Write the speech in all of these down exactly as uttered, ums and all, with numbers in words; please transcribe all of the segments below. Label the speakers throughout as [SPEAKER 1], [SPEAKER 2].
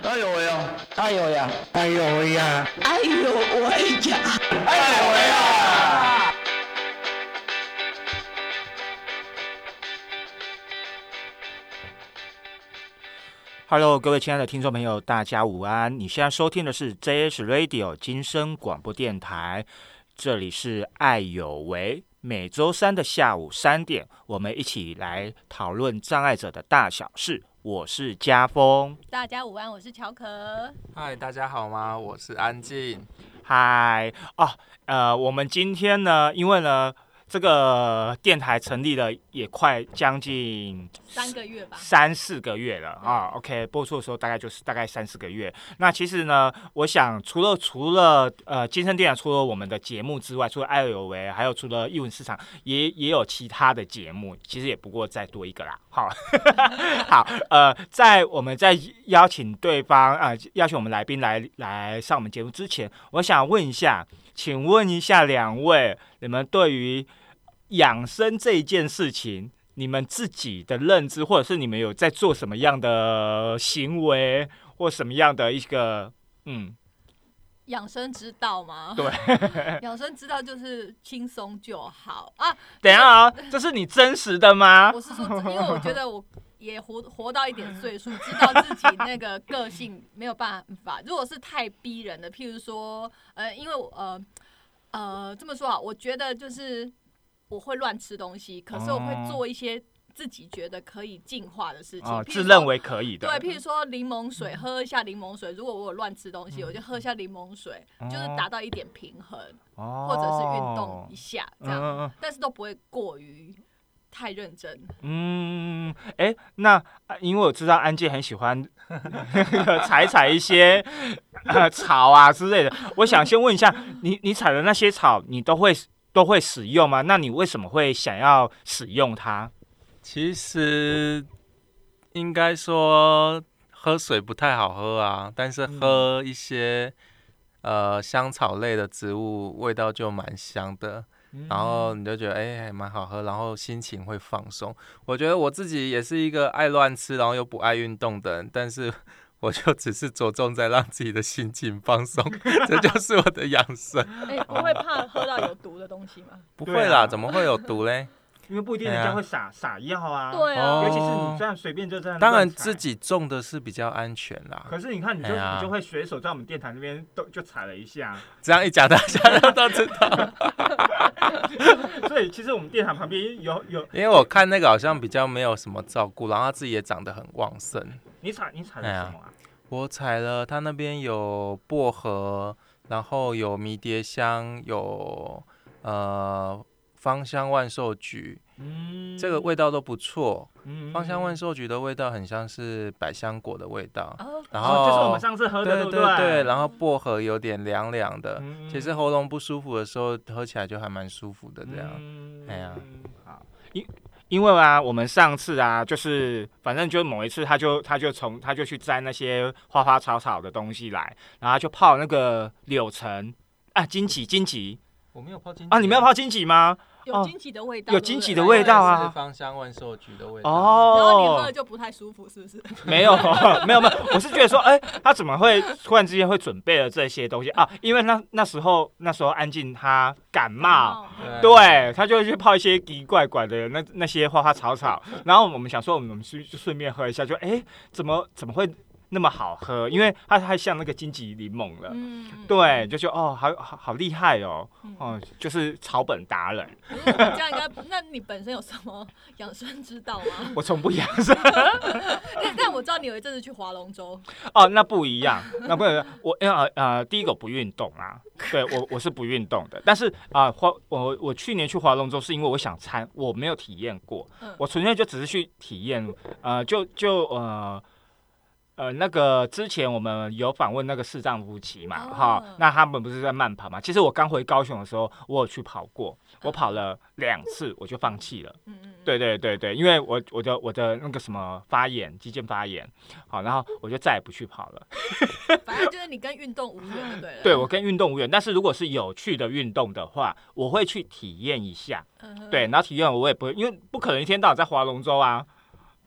[SPEAKER 1] 哎呦喂呀！
[SPEAKER 2] 哎呦呀！
[SPEAKER 1] 哎呦喂呀！
[SPEAKER 2] 哎呦喂呀！
[SPEAKER 1] 哎呦喂呀！
[SPEAKER 3] Hello，各位亲爱的听众朋友，大家午安！你现在收听的是 J S Radio 金声广播电台，这里是爱有为。每周三的下午三点，我们一起来讨论障碍者的大小事。我是家峰，
[SPEAKER 4] 大家午安，我是乔可。
[SPEAKER 5] 嗨，大家好吗？我是安静。
[SPEAKER 3] 嗨哦，呃，我们今天呢，因为呢，这个电台成立了也快将近
[SPEAKER 4] 三个月吧，
[SPEAKER 3] 三四个月了啊。OK， 播出的时候大概就是大概三四个月。那其实呢，我想除了除了呃金声电台除了我们的节目之外，除了爱有为，还有除了艺文市场，也也有其他的节目，其实也不过再多一个啦。好，好，呃，在我们在邀请对方啊、呃，邀请我们来宾来来上我们节目之前，我想问一下，请问一下两位，你们对于养生这一件事情，你们自己的认知，或者是你们有在做什么样的行为，或什么样的一个嗯
[SPEAKER 4] 养生之道吗？
[SPEAKER 3] 对，
[SPEAKER 4] 养生之道就是轻松就好啊。
[SPEAKER 3] 等一下啊，这是你真实的吗？
[SPEAKER 4] 我是说，因为我觉得我也活活到一点岁数，知道自己那个个性没有办法。如果是太逼人的，譬如说，呃，因为呃呃这么说啊，我觉得就是我会乱吃东西，可是我会做一些自己觉得可以进化的事情，
[SPEAKER 3] 哦，自认为可以的。
[SPEAKER 4] 对，譬如说柠檬水，喝一下柠檬水。如果我有乱吃东西，嗯、我就喝一下柠檬水，哦、就是达到一点平衡，哦、或者是运动一下这样，嗯、但是都不会过于太认真。
[SPEAKER 3] 嗯，哎，那因为我知道安健很喜欢采采一些、呃、草啊之类的，我想先问一下，你你采的那些草，你都会都会使用吗？那你为什么会想要使用它？
[SPEAKER 5] 其实应该说喝水不太好喝啊，但是喝一些、嗯、呃香草类的植物，味道就蛮香的。然后你就觉得哎还蛮好喝，然后心情会放松。我觉得我自己也是一个爱乱吃，然后又不爱运动的人，但是我就只是着重在让自己的心情放松，这就是我的养生。
[SPEAKER 4] 哎、欸，不会怕喝到有毒的东西吗？
[SPEAKER 5] 不会啦，怎么会有毒嘞？
[SPEAKER 3] 因为不一定人家会撒撒药啊，
[SPEAKER 4] 对啊，
[SPEAKER 3] 尤其是你这样随便就这样。
[SPEAKER 5] 当然自己种的是比较安全啦。
[SPEAKER 3] 可是你看，你就、哎、你就会随手在我们电台那边都就踩了一下，
[SPEAKER 5] 这样一讲大家都知道。
[SPEAKER 3] 所以其实我们电台旁边有有，
[SPEAKER 5] 因为我看那个好像比较没有什么照顾，然后他自己也长得很旺盛。
[SPEAKER 3] 你采你采了什么啊？
[SPEAKER 5] 哎、我采了，他那边有薄荷，然后有迷迭香，有呃。芳香万寿菊、嗯，这个味道都不错。嗯，芳香万寿菊的味道很像是百香果的味道，
[SPEAKER 4] 哦、
[SPEAKER 5] 然后、
[SPEAKER 3] 哦、就是我们上次喝的，
[SPEAKER 5] 对对
[SPEAKER 3] 对,
[SPEAKER 5] 对, 对。然后薄荷有点凉凉的、
[SPEAKER 3] 嗯，
[SPEAKER 5] 其实喉咙不舒服的时候喝起来就还蛮舒服的，这样。
[SPEAKER 3] 嗯，
[SPEAKER 5] 哎呀，
[SPEAKER 3] 好，因因为啊，我们上次啊，就是反正就某一次，他就他就从他就去摘那些花花草草的东西来，然后就泡那个柳橙啊，荆棘荆棘。
[SPEAKER 5] 我没有泡荆棘
[SPEAKER 3] 啊，你没有泡荆棘吗？
[SPEAKER 4] 有荆棘的味道，
[SPEAKER 3] 有荆棘的味道啊，
[SPEAKER 5] 是芳香万寿菊的味道。
[SPEAKER 3] 哦，
[SPEAKER 4] 然后你喝了就不太舒服，是不是？
[SPEAKER 3] 没有，没有，没有，我是觉得说，哎、欸，他怎么会突然之间会准备了这些东西啊？因为那那时候那时候安静他感冒，对，对他就会去泡一些奇奇怪怪的那那些花花草草，然后我们想说，我们顺顺便喝一下，就哎、欸，怎么怎么会那么好喝？因为它还像那个荆棘柠檬了，嗯，对，就觉得哦，好好好厉害哦，哦，就是草本达人。
[SPEAKER 4] 这样应该，那你本身有什么养生之道吗？
[SPEAKER 3] 我从不养生。
[SPEAKER 4] 但我知道你有一阵子去划龙舟。
[SPEAKER 3] 哦，那不一样，那不一样。我呃呃，第一个不运动啊，对我我是不运动的。但是啊，划、呃、我我去年去划龙舟是因为我想参，我没有体验过，嗯、我纯粹就只是去体验，呃，就就呃。呃，那个之前我们有访问那个视障夫妻嘛，哈、哦，那他们不是在慢跑嘛？其实我刚回高雄的时候，我有去跑过，我跑了两次，我就放弃了。嗯嗯，对对对对，因为我我的我的那个什么发炎，肌腱发炎，好，然后我就再也不去跑了。
[SPEAKER 4] 反正就是你跟运动无缘就对了。
[SPEAKER 3] 对，我跟运动无缘，但是如果是有趣的运动的话，我会去体验一下。嗯、对，然后体验我也不会，因为不可能一天到晚在划龙舟啊。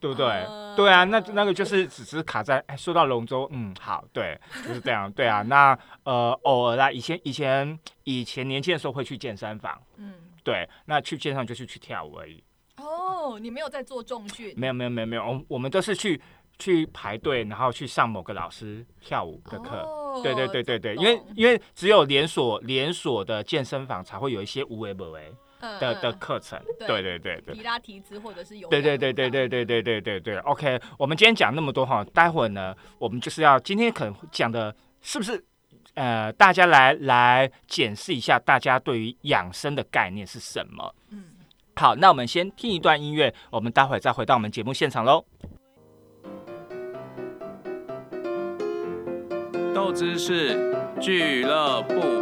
[SPEAKER 3] 对不对？
[SPEAKER 4] 呃、
[SPEAKER 3] 对啊，那那个就是只是卡在，哎，说到龙舟，嗯，好，对，就是这样，对啊。那呃，偶尔啦，以前以前以前年轻的时候会去健身房，嗯，对，那去健身房就是去跳舞而已。
[SPEAKER 4] 哦，你没有在做重训？
[SPEAKER 3] 没有没有没有没有，我我们都是去去排队，然后去上某个老师跳舞的课。哦、对对对对对，因为因为只有连锁连锁的健身房才会有一些无为不为。的的课程，对对对对，
[SPEAKER 4] 皮拉提兹或者是有，
[SPEAKER 3] 对对对对对对对对对对 ，OK， 我们今天讲那么多哈，待会儿呢，我们就是要今天可能讲的是不是呃，大家来来检视一下，大家对于养生的概念是什么？嗯，好，那我们先听一段音乐，我们待会儿再回到我们节目现场喽。
[SPEAKER 5] 豆知识俱乐部。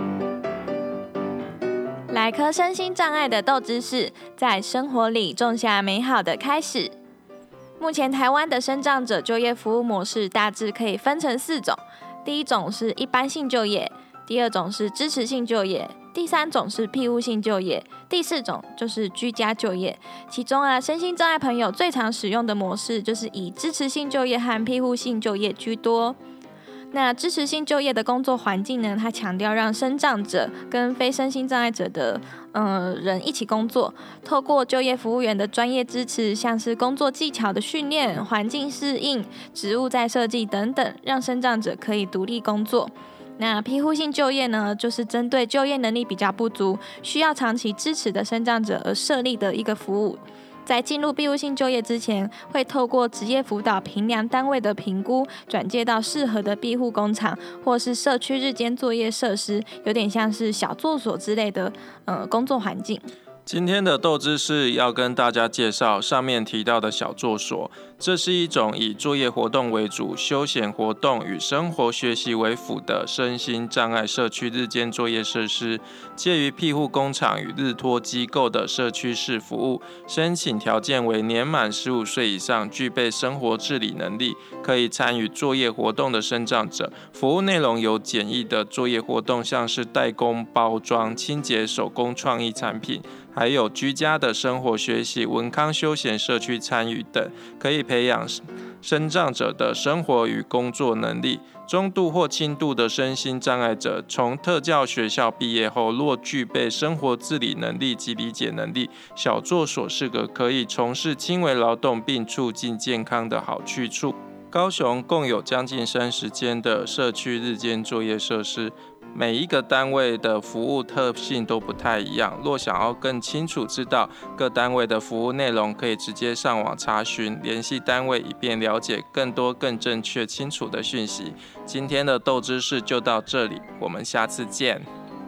[SPEAKER 6] 来颗身心障碍的豆知识，在生活里种下美好的开始。目前台湾的身障者就业服务模式大致可以分成四种，第一种是一般性就业，第二种是支持性就业，第三种是庇护性就业，第四种就是居家就业。其中啊，身心障碍朋友最常使用的模式就是以支持性就业和庇护性就业居多。那支持性就业的工作环境呢，它强调让身障者跟非身心障碍者的呃人一起工作，透过就业服务员的专业支持，像是工作技巧的训练、环境适应、职务再设计等等，让身障者可以独立工作。那庇护性就业呢，就是针对就业能力比较不足、需要长期支持的身障者而设立的一个服务。在进入庇护性就业之前，会透过职业辅导评量单位的评估，转介到适合的庇护工厂或是社区日间作业设施，有点像是小作所之类的呃工作环境。
[SPEAKER 5] 今天的豆知识要跟大家介绍上面提到的小作所，这是一种以作业活动为主、休闲活动与生活学习为辅的身心障碍社区日间作业设施，介于庇护工厂与日托机构的社区式服务。申请条件为年满十五岁以上，具备生活自理能力，可以参与作业活动的身障者。服务内容有简易的作业活动，像是代工、包装、清洁、手工创意产品，还有居家的生活学习、文康休闲社区参与等，可以培养身障者的生活与工作能力。中度或轻度的身心障碍者，从特教学校毕业后，若具备生活自理能力及理解能力，小作所是个可以从事轻微劳动并促进健康的好去处。高雄共有将近三十间的社区日间作业设施，每一个单位的服务特性都不太一样。若想要更清楚知道各单位的服务内容，可以直接上网查询，联系单位，以便了解更多、更正确、清楚的讯息。今天的豆知识就到这里，我们下次见。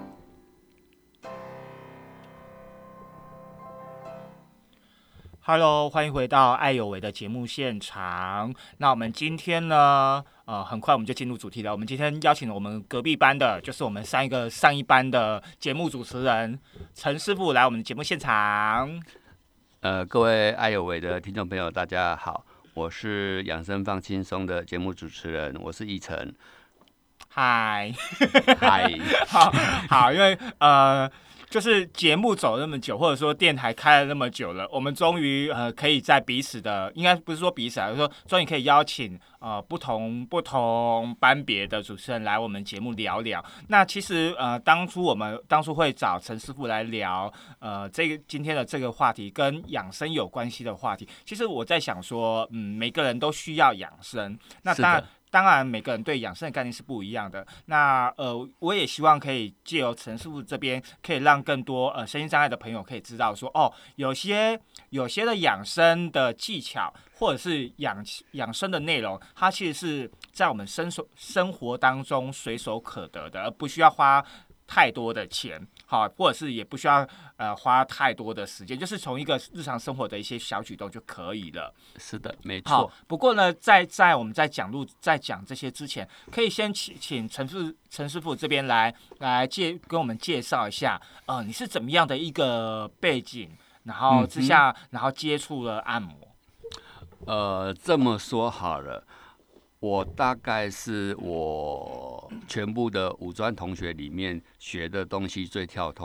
[SPEAKER 3] Hello， 欢迎回到爱有为的节目现场。那我们今天呢，呃，很快我们就进入主题了。我们今天邀请了我们隔壁班的，就是我们上一个上一班的节目主持人陈师傅来我们的节目现场。
[SPEAKER 7] 呃，各位爱有为的听众朋友，大家好，我是养生放轻松的节目主持人，我是奕晨。
[SPEAKER 3] 嗨，
[SPEAKER 7] 嗨，
[SPEAKER 3] 好好，因为呃。就是节目走那么久，或者说电台开了那么久了，我们终于呃可以在彼此的，应该不是说彼此啊，就是说终于可以邀请呃不同不同班别的主持人来我们节目聊聊。那其实呃当初我们当初会找陈师傅来聊呃这个今天的这个话题跟养生有关系的话题，其实我在想说，嗯，每个人都需要养生，那当然。当然，每个人对养生的概念是不一样的。那呃，我也希望可以借由陈师傅这边，可以让更多呃身心障碍的朋友可以知道说，哦，有些有些的养生的技巧，或者是养养生的内容，它其实是在我们生手生活当中随手可得的，而不需要花太多的钱，好，或者是也不需要呃花太多的时间，就是从一个日常生活的一些小举动就可以了。
[SPEAKER 7] 是的，没错。
[SPEAKER 3] 好，不过呢，在在我们在讲路在讲这些之前，可以先请请陈师陈师傅这边来来介跟我们介绍一下，呃，你是怎么样的一个背景，然后之下，嗯、然后接触了按摩。
[SPEAKER 7] 呃，这么说好了。我大概是我全部的五专同学里面学的东西最跳痛的。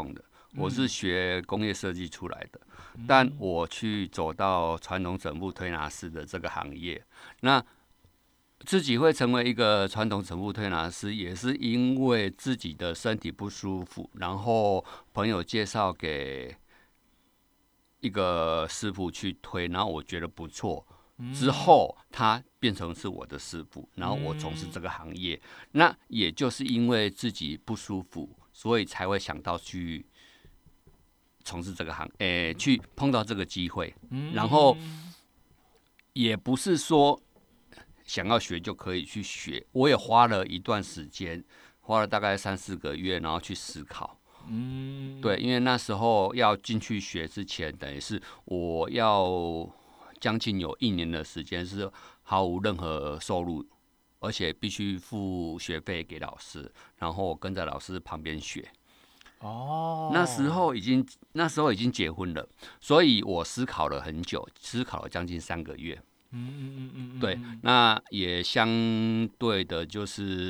[SPEAKER 7] 我是学工业设计出来的，嗯、但我去走到传统整复推拿师的这个行业，那自己会成为一个传统整复推拿师，也是因为自己的身体不舒服，然后朋友介绍给一个师傅去推，然后我觉得不错，之后他变成是我的师傅，然后我从事这个行业。那也就是因为自己不舒服，所以才会想到去从事这个行，诶、欸，去碰到这个机会，然后也不是说想要学就可以去学，我也花了一段时间，花了大概三四个月，然后去思考。嗯，对，因为那时候要进去学之前，等于是我要将近有一年的时间是毫无任何收入，而且必须付学费给老师，然后跟在老师旁边学。哦，那时候已经那时候已经结婚了，所以我思考了很久，思考了将近三个月。嗯嗯嗯嗯，对，那也相对的就是，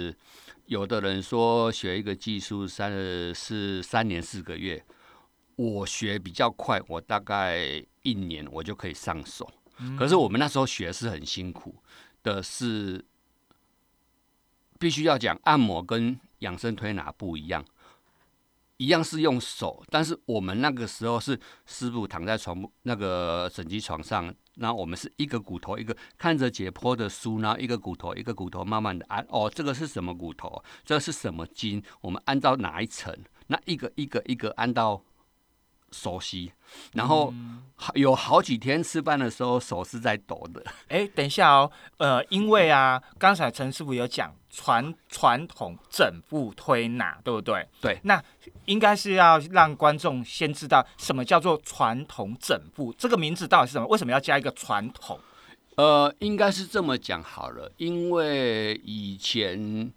[SPEAKER 7] 有的人说学一个技术三是三年四个月，我学比较快，我大概一年我就可以上手。嗯、可是我们那时候学是很辛苦的是，是必须要讲按摩跟养生推拿不一样。一样是用手，但是我们那个时候是师傅躺在床那个整机床上，然后我们是一个骨头一个看着解剖的书，然后一个骨头一个骨头慢慢的按，哦，这个是什么骨头？这个是什么筋？我们按到哪一层？那一个一个一个按到熟悉，然后有好几天吃饭的时候手是在抖的。
[SPEAKER 3] 哎、欸，等一下哦，呃，因为啊，刚才陈师傅有讲传传统整复推拿，对不对？
[SPEAKER 7] 对，
[SPEAKER 3] 那应该是要让观众先知道什么叫做传统整复，这个名字到底是什么？为什么要加一个传统？
[SPEAKER 7] 呃，应该是这么讲好了，因为以前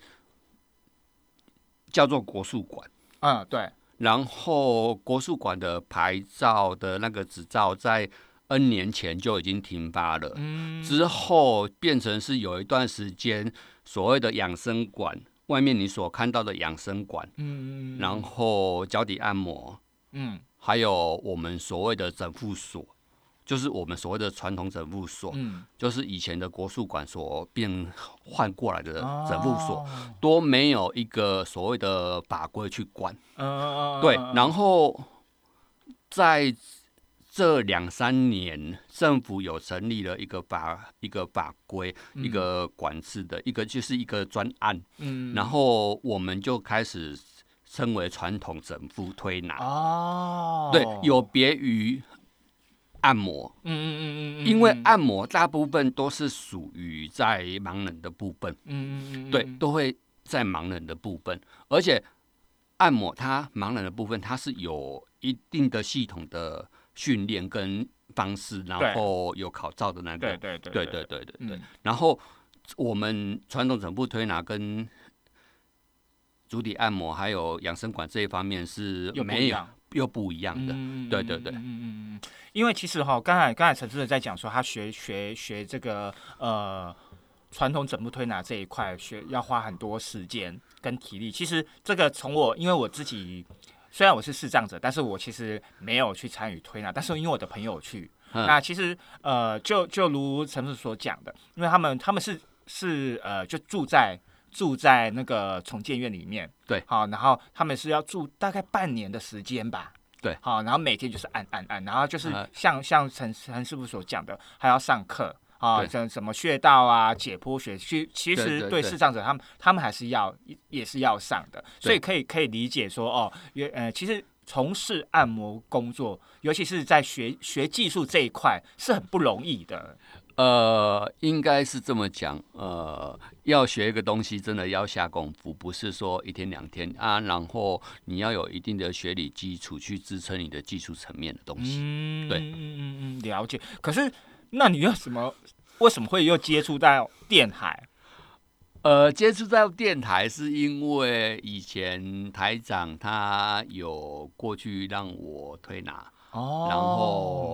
[SPEAKER 7] 叫做国术馆，
[SPEAKER 3] 嗯，对。
[SPEAKER 7] 然后国术馆的牌照的那个执照在 N 年前就已经停发了，嗯、之后变成是有一段时间所谓的养生馆，外面你所看到的养生馆，嗯、然后脚底按摩，嗯、还有我们所谓的整复所，就是我们所谓的传统整复所，嗯、就是以前的国术馆所变换过来的整复所，哦、都没有一个所谓的法规去管。Uh, 对，然后在这两三年，政府有成立了一个法一个法规、嗯、一个管制的一个就是一个专案，嗯、然后我们就开始称为传统整复推拿。哦，对，有别于按摩，嗯嗯嗯嗯，因为按摩大部分都是属于在盲人的部分，嗯嗯嗯，对，都会在盲人的部分，而且按摩它盲人的部分，它是有一定的系统的训练跟方式，然后有考照的那个，
[SPEAKER 3] 对对对
[SPEAKER 7] 对对对对对。嗯、然后我们传统整复推拿跟足底按摩还有养生馆这一方面是没有又不一样的，嗯、对对对。嗯嗯
[SPEAKER 3] 嗯，因为其实哈，刚才刚才陈主任在讲说，他学学学这个呃。传统整复推拿这一块学要花很多时间跟体力。其实这个从我，因为我自己虽然我是视障者，但是我其实没有去参与推拿，但是因为我的朋友去，嗯、那其实呃就就如陈师所讲的，因为他们他们是是呃就住在住在那个重建院里面，
[SPEAKER 7] 对，
[SPEAKER 3] 好，然后他们是要住大概半年的时间吧。
[SPEAKER 7] 对，
[SPEAKER 3] 好，然后每天就是按按按，然后就是像、嗯、像陈陈师傅所讲的，还要上课。啊，像什么穴道啊、解剖学，其其实对视障者他们他们还是要也是要上的，所以可以可以理解说哦，呃，其实从事按摩工作，尤其是在学学技术这一块是很不容易的。
[SPEAKER 7] 呃，应该是这么讲，呃，要学一个东西，真的要下功夫，不是说一天两天啊，然后你要有一定的学理基础去支撑你的技术层面的东西。嗯，对，嗯
[SPEAKER 3] 嗯嗯，了解。可是。那你有什么？为什么会又接触到电台？
[SPEAKER 7] 呃，接触到电台是因为以前台长他有过去让我推拿，哦，然后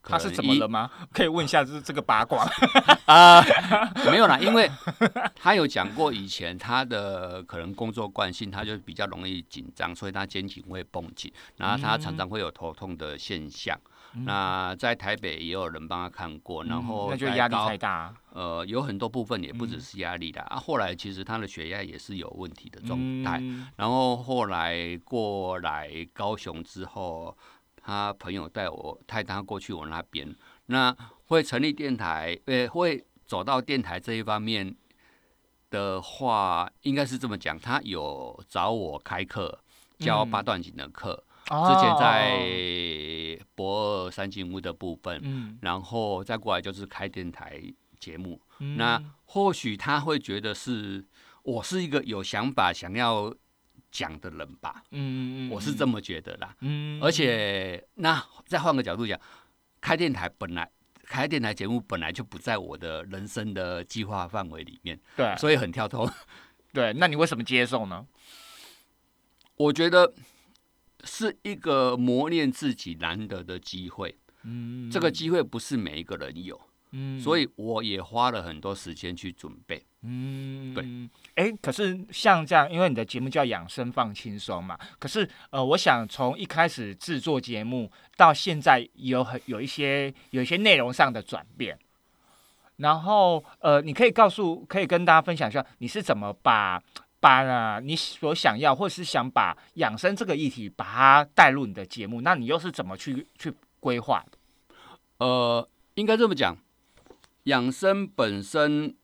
[SPEAKER 3] 他是怎么了吗？可以问一下这这个八卦
[SPEAKER 7] 啊、呃？没有啦，因为他有讲过以前他的可能工作惯性，他就比较容易紧张，所以他肩颈会绷紧，然后他常常会有头痛的现象。嗯、那在台北也有人帮他看过，然后、
[SPEAKER 3] 嗯、那就压力太大、啊。
[SPEAKER 7] 呃，有很多部分也不只是压力啦、嗯、啊。后来其实他的血压也是有问题的状态、嗯，然后后来过来高雄之后，他朋友带我带他过去我那边，那会成立电台，呃，会走到电台这一方面的话，应该是这么讲，他有找我开课，教八段锦的课。嗯之前在博二三景屋的部分、嗯，然后再过来就是开电台节目、嗯。那或许他会觉得是我是一个有想法想要讲的人吧，嗯，我是这么觉得啦。嗯，而且那再换个角度讲，开电台本来开电台节目本来就不在我的人生的计划范围里面，
[SPEAKER 3] 对，
[SPEAKER 7] 所以很跳脱。
[SPEAKER 3] 对，那你为什么接受呢？
[SPEAKER 7] 我觉得。是一个磨练自己难得的机会，嗯，这个机会不是每一个人有，嗯，所以我也花了很多时间去准备，嗯，对，
[SPEAKER 3] 哎、欸，可是像这样，因为你的节目叫养生放轻松嘛，可是呃，我想从一开始制作节目到现在有很有一些有一些内容上的转变，然后呃，你可以告诉，可以跟大家分享一下，你是怎么把。把、啊、你所想要，或是想把养生这个议题把它带入你的节目，那你又是怎么去去规划的？
[SPEAKER 7] 呃，应该这么讲，养生本身，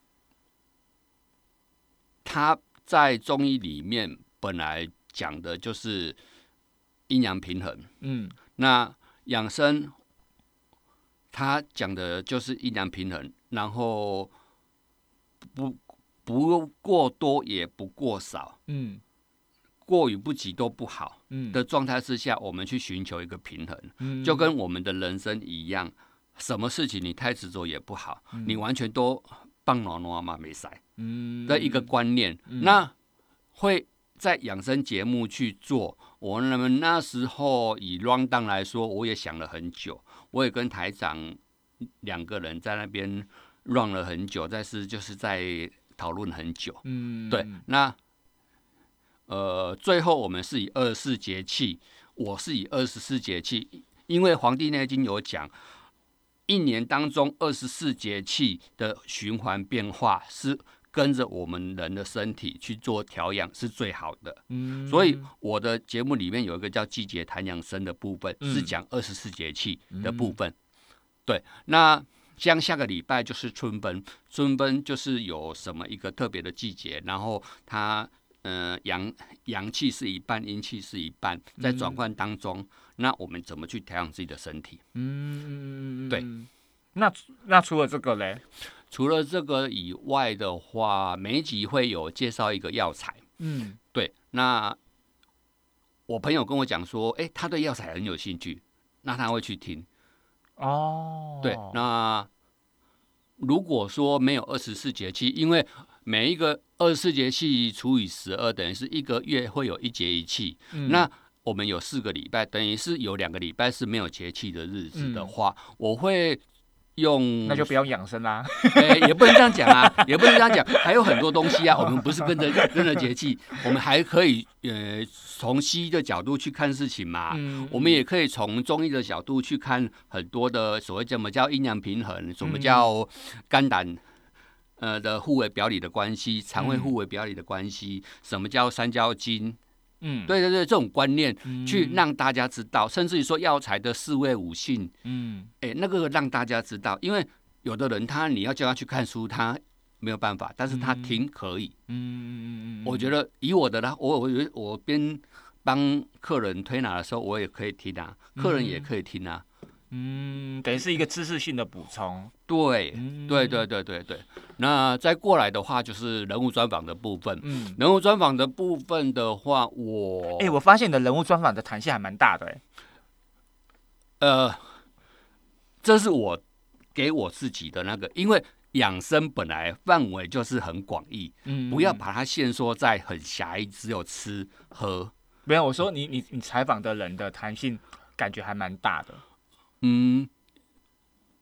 [SPEAKER 7] 它在中医里面本来讲的就是阴阳平衡。嗯，那养生它讲的就是阴阳平衡，然后不。不过多也不过少，嗯，过与不及都不好，嗯的状态之下，我们去寻求一个平衡，嗯，就跟我们的人生一样，什么事情你太执着也不好，嗯、你完全都放挪挪嘛没塞，嗯的一个观念，嗯、那会在养生节目去做。我们那时候以 round down 来说，我也想了很久，我也跟台长两个人在那边 run 了很久，但是就是在。讨论很久，嗯，对，那呃，最后我们是以二十四节气，我是以二十四节气，因为《黄帝内经》有讲，一年当中二十四节气的循环变化是跟着我们人的身体去做调养是最好的，嗯，所以我的节目里面有一个叫季节谈养生的部分，嗯、是讲二十四节气的部分，嗯、对，那。像下个礼拜就是春分，春分就是有什么一个特别的季节，然后它呃阳阳气是一半，阴气是一半，在转换当中，嗯、那我们怎么去调养自己的身体？嗯，对。
[SPEAKER 3] 那那除了这个嘞？
[SPEAKER 7] 除了这个以外的话，每一集会有介绍一个药材。嗯，对。那我朋友跟我讲说，哎、欸，他对药材很有兴趣，那他会去听。哦，对，那如果说没有二十四节气，因为每一个二十四节气除以十二，等于是一个月会有一节一气。嗯、那我们有四个礼拜，等于是有两个礼拜是没有节气的日子的话，嗯、我会用
[SPEAKER 3] 那就不要养生啦、
[SPEAKER 7] 欸，也不能这样讲啊，也不能这样讲，还有很多东西啊，我们不是跟着跟着节气，我们还可以呃从西医的角度去看事情嘛，嗯、我们也可以从中医的角度去看很多的所谓什么叫阴阳平衡，什么叫肝胆呃的互为表里的关系，肠胃互为表里的关系，什么叫三焦经。嗯，对对对，这种观念去让大家知道，嗯、甚至于说药材的四味五性，嗯，哎，那个让大家知道，因为有的人他你要叫他去看书，他没有办法，但是他听可以，嗯嗯嗯，我觉得以我的啦，我我我边帮客人推拿的时候，我也可以听啊，客人也可以听啊。
[SPEAKER 3] 嗯，等于是一个知识性的补充。
[SPEAKER 7] 对，嗯、对对对对对。那再过来的话，就是人物专访的部分。嗯，人物专访的部分的话，我
[SPEAKER 3] 哎、欸，我发现你的人物专访的弹性还蛮大的、欸，哎。
[SPEAKER 7] 呃，这是我给我自己的那个，因为养生本来范围就是很广义，嗯，不要把它限缩在很狭义，只有吃喝。
[SPEAKER 3] 没有，我说你你你采访的人的弹性感觉还蛮大的。
[SPEAKER 7] 嗯，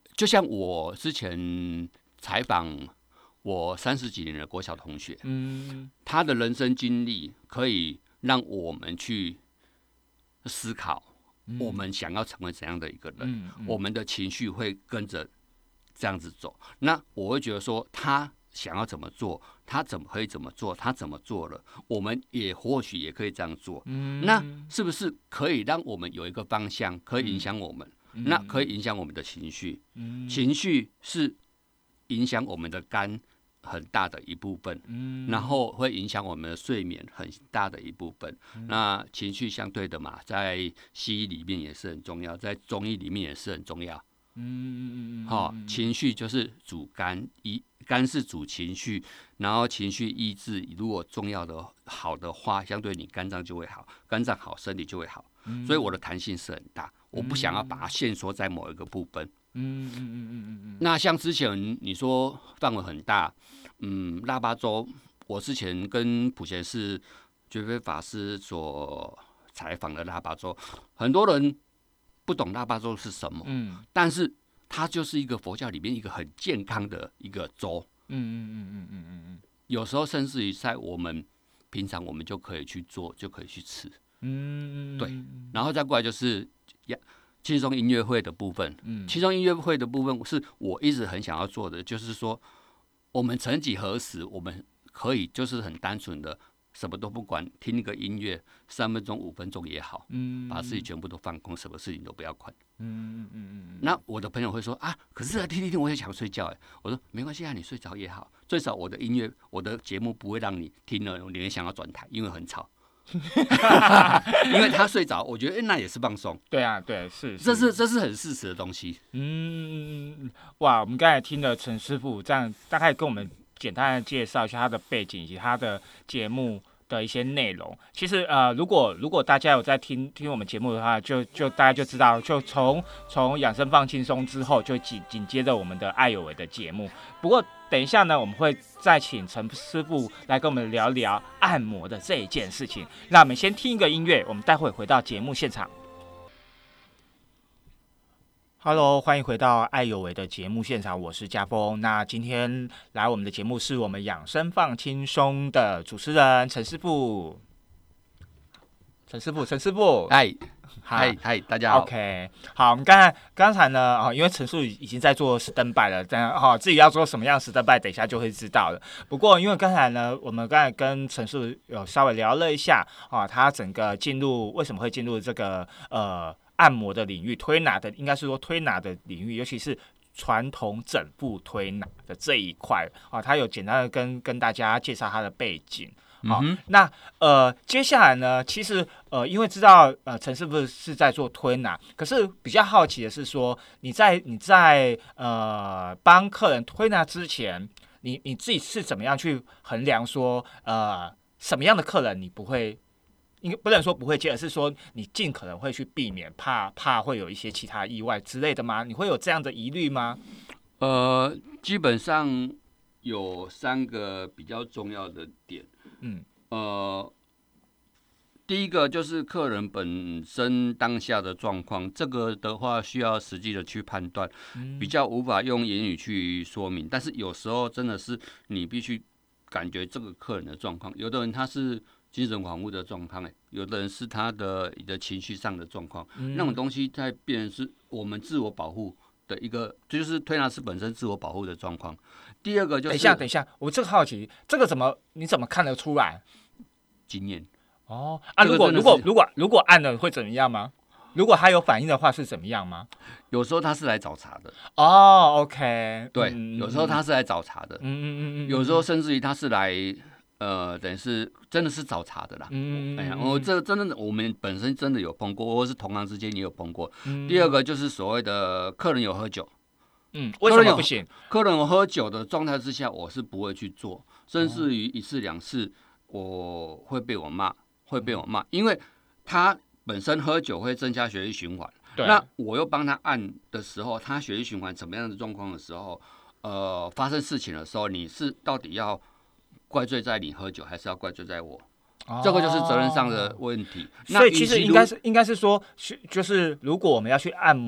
[SPEAKER 7] 就像我之前采访我三十几年的国小同学，
[SPEAKER 3] 嗯，
[SPEAKER 7] 他的人生经历可以让我们去思考，我们想要成为怎样的一个人，
[SPEAKER 3] 嗯嗯、
[SPEAKER 7] 我们的情绪会跟着这样子走。那我会觉得说，他想要怎么做，他怎么可以怎么做，他怎么做了，我们也或许也可以这样做。
[SPEAKER 3] 嗯、
[SPEAKER 7] 那是不是可以让我们有一个方向，可以影响我们？
[SPEAKER 3] 嗯、
[SPEAKER 7] 那可以影响我们的情绪。
[SPEAKER 3] 嗯、
[SPEAKER 7] 情绪是影响我们的肝很大的一部分，
[SPEAKER 3] 嗯、
[SPEAKER 7] 然后会影响我们的睡眠很大的一部分。嗯、那情绪相对的嘛，在西医里面也是很重要，在中医里面也是很重要。嗯嗯嗯好，情绪就是主肝，一肝是主情绪，然后情绪意志如果重要的好的话，相对你肝脏就会好，肝脏好，身体就会好。嗯、所以我的弹性是很大，我不想要把它限缩在某一个部分。嗯嗯嗯嗯嗯嗯。那像之前你说范围很大，嗯，腊八粥，我之前跟普贤寺觉飞法师所采访的腊八粥，很多人不懂腊八粥是什么，嗯，但是它就是一个佛教里面一个很健康的一个粥，嗯嗯嗯嗯嗯嗯嗯，有时候甚至于在我们平常我们就可以去做，就可以去吃，嗯，对，然后再过来就是呀。轻松音乐会的部分，嗯，轻松音乐会的部分是我一直很想要做的，就是说，我们曾几何时，我们可以就是很单纯的什么都不管，听一个音乐，三分钟、五分钟也好，嗯，把自己全部都放空，什么事情都不要管，嗯嗯嗯嗯。那我的朋友会说啊，可是听听听，我也想睡觉哎。我说没关系啊，你睡着也好，最少我的音乐、我的节目不会让你听了你也想要转台，因为很吵。因为他睡着，我觉得、欸、那也是放松。
[SPEAKER 3] 对啊，对，是，
[SPEAKER 7] 这是这是很事实的东西。
[SPEAKER 3] 嗯，哇，我们刚才听了陈师傅这样大概跟我们简单的介绍一下他的背景以及他的节目的一些内容。其实呃，如果如果大家有在听听我们节目的话，就就大家就知道，就从从养生放轻松之后，就紧紧接着我们的爱有为的节目。不过等一下呢，我们会再请陈师傅来跟我们聊聊按摩的这一件事情。那我们先听一个音乐，我们待会回到节目现场。Hello， 欢迎回到爱有为的节目现场，我是家峰。那今天来我们的节目是我们养生放轻松的主持人陈师傅。陈师傅，陈师傅，
[SPEAKER 7] 嗨，嗨嗨，大家好。
[SPEAKER 3] OK， 好，我们刚才刚才呢，哦，因为陈叔已经在做stand-by了，但哈、哦、自己要做什么样的stand-by，等一下就会知道了。不过因为刚才呢，我们刚才跟陈叔有稍微聊了一下，啊、哦，他整个进入为什么会进入这个呃按摩的领域，推拿的应该是说推拿的领域，尤其是传统整复推拿的这一块啊、哦，他有简单的跟跟大家介绍他的背景。好、嗯，那呃，接下来呢，其实呃，因为知道呃，陈师傅是在做推拿，可是比较好奇的是说，你在你在呃帮客人推拿之前，你你自己是怎么样去衡量说呃什么样的客人你不会，应该不能说不会接，而是说你尽可能会去避免，怕怕会有一些其他意外之类的吗？你会有这样的疑虑吗？
[SPEAKER 7] 呃，基本上有三个比较重要的点。嗯，呃，第一个就是客人本身当下的状况，这个的话需要实际的去判断，比较无法用言语去说明。但是有时候真的是你必须感觉这个客人的状况，有的人他是精神恍惚的状况，有的人是他的的情绪上的状况，嗯、那种东西在变成是我们自我保护的一个，就是推拿师本身自我保护的状况。第二个就是，
[SPEAKER 3] 等一下，等一下，我这个好奇，这个怎么你怎么看得出来？
[SPEAKER 7] 经验
[SPEAKER 3] 哦啊，如果如果如果如果按了会怎么样吗？如果他有反应的话是怎么样吗？
[SPEAKER 7] 有时候他是来找茬的。
[SPEAKER 3] 哦 ，OK，
[SPEAKER 7] 对，嗯、有时候他是来找茬的。嗯嗯嗯嗯，有时候甚至于他是来。呃，等于是真的是找茬的啦。嗯，哎呀，我这真的我们本身真的有碰过，或是同行之间也有碰过。嗯、第二个就是所谓的客人有喝酒。
[SPEAKER 3] 嗯，为什么不行？
[SPEAKER 7] 客人有喝酒的状态之下，我是不会去做，甚至于一次两次，我会被我骂，会被我骂，因为他本身喝酒会增加血液循环。
[SPEAKER 3] 对。
[SPEAKER 7] 那我又帮他按的时候，他血液循环怎么样的状况的时候，呃，发生事情的时候，你是到底要怪罪在你喝酒，还是要怪罪在我？哦、这个就是责任上的问题。
[SPEAKER 3] 所以其实应该是应该是说，就是如果我们要去按摩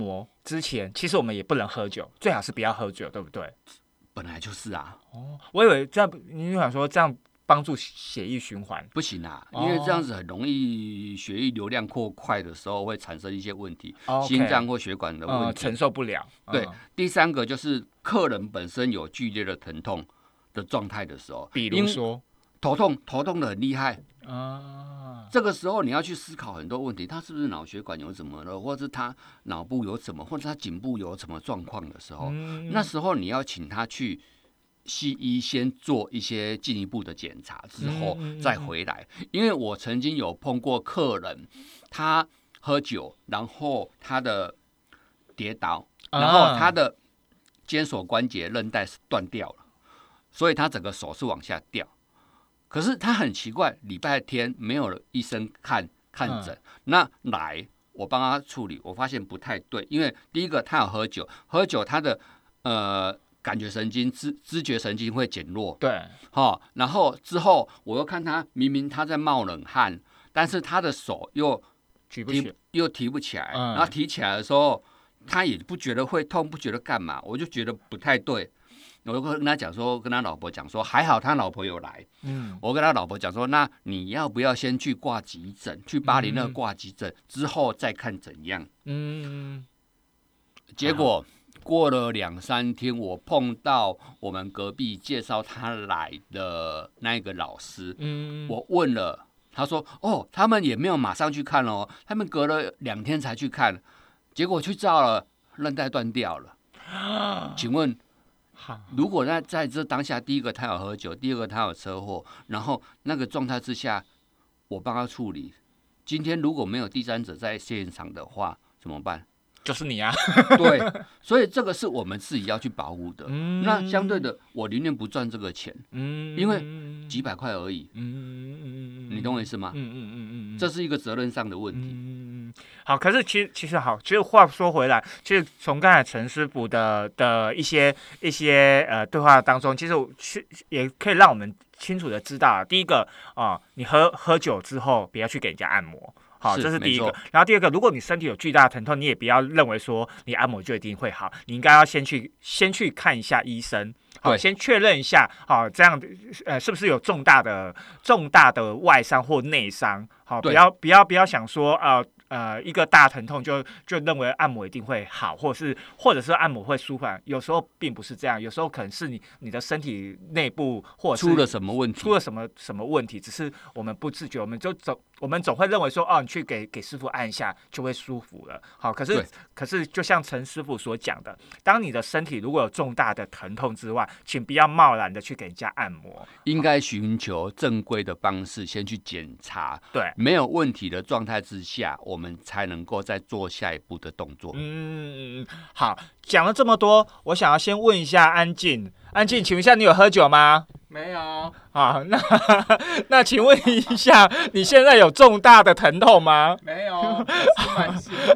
[SPEAKER 3] 之前，其实我们也不能喝酒，最好是不要喝酒，对不对？
[SPEAKER 7] 本来就是啊。
[SPEAKER 3] 哦，我以为这样，你想说这样帮助血液循环？
[SPEAKER 7] 不行啊，
[SPEAKER 3] 哦
[SPEAKER 7] 因为这样子很容易血液流量过快的时候会产生一些问题，
[SPEAKER 3] 哦 OK
[SPEAKER 7] 心脏或血管的问
[SPEAKER 3] 呃，
[SPEAKER 7] 题。
[SPEAKER 3] 承受不了。
[SPEAKER 7] 对
[SPEAKER 3] 嗯，
[SPEAKER 7] 第三个就是客人本身有剧烈的疼痛的状态的时候，
[SPEAKER 3] 比
[SPEAKER 7] 因为
[SPEAKER 3] 如说
[SPEAKER 7] 头痛，头痛的很厉害，
[SPEAKER 3] 啊，
[SPEAKER 7] 这个时候你要去思考很多问题，他是不是脑血管有什么了，或者是他脑部有什么，或者他颈部有什么状况的时候，
[SPEAKER 3] 嗯
[SPEAKER 7] 那时候你要请他去西医先做一些进一步的检查之后
[SPEAKER 3] 嗯嗯嗯
[SPEAKER 7] 再回来，因为我曾经有碰过客人，他喝酒，然后他的跌倒，
[SPEAKER 3] 啊
[SPEAKER 7] 然后他的肩锁关节韧带是断掉了，所以他整个手是往下掉。可是他很奇怪，礼拜天没有医生看看诊，
[SPEAKER 3] 嗯
[SPEAKER 7] 那来我帮他处理，我发现不太对，因为第一个他有喝酒，喝酒他的呃感觉神经、知知觉神经会减弱，
[SPEAKER 3] 对，
[SPEAKER 7] 哈、哦，然后之后我又看他明明他在冒冷汗，但是他的手又提
[SPEAKER 3] 举不起。
[SPEAKER 7] 又提不起来，
[SPEAKER 3] 嗯
[SPEAKER 7] 然后提起来的时候，他也不觉得会痛，不觉得干嘛，我就觉得不太对。我就跟他讲说，跟他老婆讲说，还好他老婆有来。
[SPEAKER 3] 嗯，
[SPEAKER 7] 我跟他老婆讲说，那你要不要先去挂急诊，去巴黎那挂急诊，之后再看怎样？
[SPEAKER 3] 嗯，
[SPEAKER 7] 结果过了两三天，我碰到我们隔壁介绍他来的那个老师，
[SPEAKER 3] 嗯，
[SPEAKER 7] 我问了，他说：“哦，他们也没有马上去看哦，他们隔了两天才去看，结果去照了，韧带断掉了。请问，如果在在这当下，第一个他有喝酒，第二个他有车祸，然后那个状态之下，我帮他处理，今天如果没有第三者在现场的话，怎么办？”
[SPEAKER 3] 就是你啊。
[SPEAKER 7] 对，所以这个是我们自己要去保护的。
[SPEAKER 3] 嗯
[SPEAKER 7] 那相对的，我宁愿不赚这个钱，
[SPEAKER 3] 嗯，
[SPEAKER 7] 因为几百块而已，
[SPEAKER 3] 嗯嗯嗯
[SPEAKER 7] 你懂我意思吗？
[SPEAKER 3] 嗯嗯嗯嗯嗯，
[SPEAKER 7] 这是一个责任上的问题。
[SPEAKER 3] 嗯，好，可是其实其实好，其实话说回来，其实从刚才陈师傅的的一些一些呃对话当中，其实我去也可以让我们清楚的知道，第一个啊、呃，你喝喝酒之后不要去给人家按摩。好，
[SPEAKER 7] 是
[SPEAKER 3] 这是第一个
[SPEAKER 7] 没错。
[SPEAKER 3] 然后第二个，如果你身体有巨大的疼痛，你也不要认为说你按摩就一定会好，你应该要先去先去看一下医生，好，
[SPEAKER 7] 对
[SPEAKER 3] 先确认一下，好，这样呃是不是有重大的重大的外伤或内伤，好，不
[SPEAKER 7] 对
[SPEAKER 3] 要不要不要想说呃。呃，一个大疼痛就就认为按摩一定会好，或者是或者是按摩会舒缓，有时候并不是这样，有时候可能是你你的身体内部或者是
[SPEAKER 7] 出了什么问题？
[SPEAKER 3] 出了什么什么问题，只是我们不自觉，我们就总我们总会认为说，哦，你去给给师傅按一下就会舒服了。好，可是
[SPEAKER 7] 对
[SPEAKER 3] 可是就像陈师傅所讲的，当你的身体如果有重大的疼痛之外，请不要贸然的去给人家按摩，
[SPEAKER 7] 应该寻求正规的方式，先去检查，
[SPEAKER 3] 对。
[SPEAKER 7] 没有问题的状态之下，我们才能够再做下一步的动作。
[SPEAKER 3] 嗯，好，讲了这么多，我想要先问一下安静，安静，请问一下，你有喝酒吗？
[SPEAKER 5] 没有，
[SPEAKER 3] 啊，那那请问一下，你现在有重大的疼痛吗？
[SPEAKER 5] 没有，是慢性的。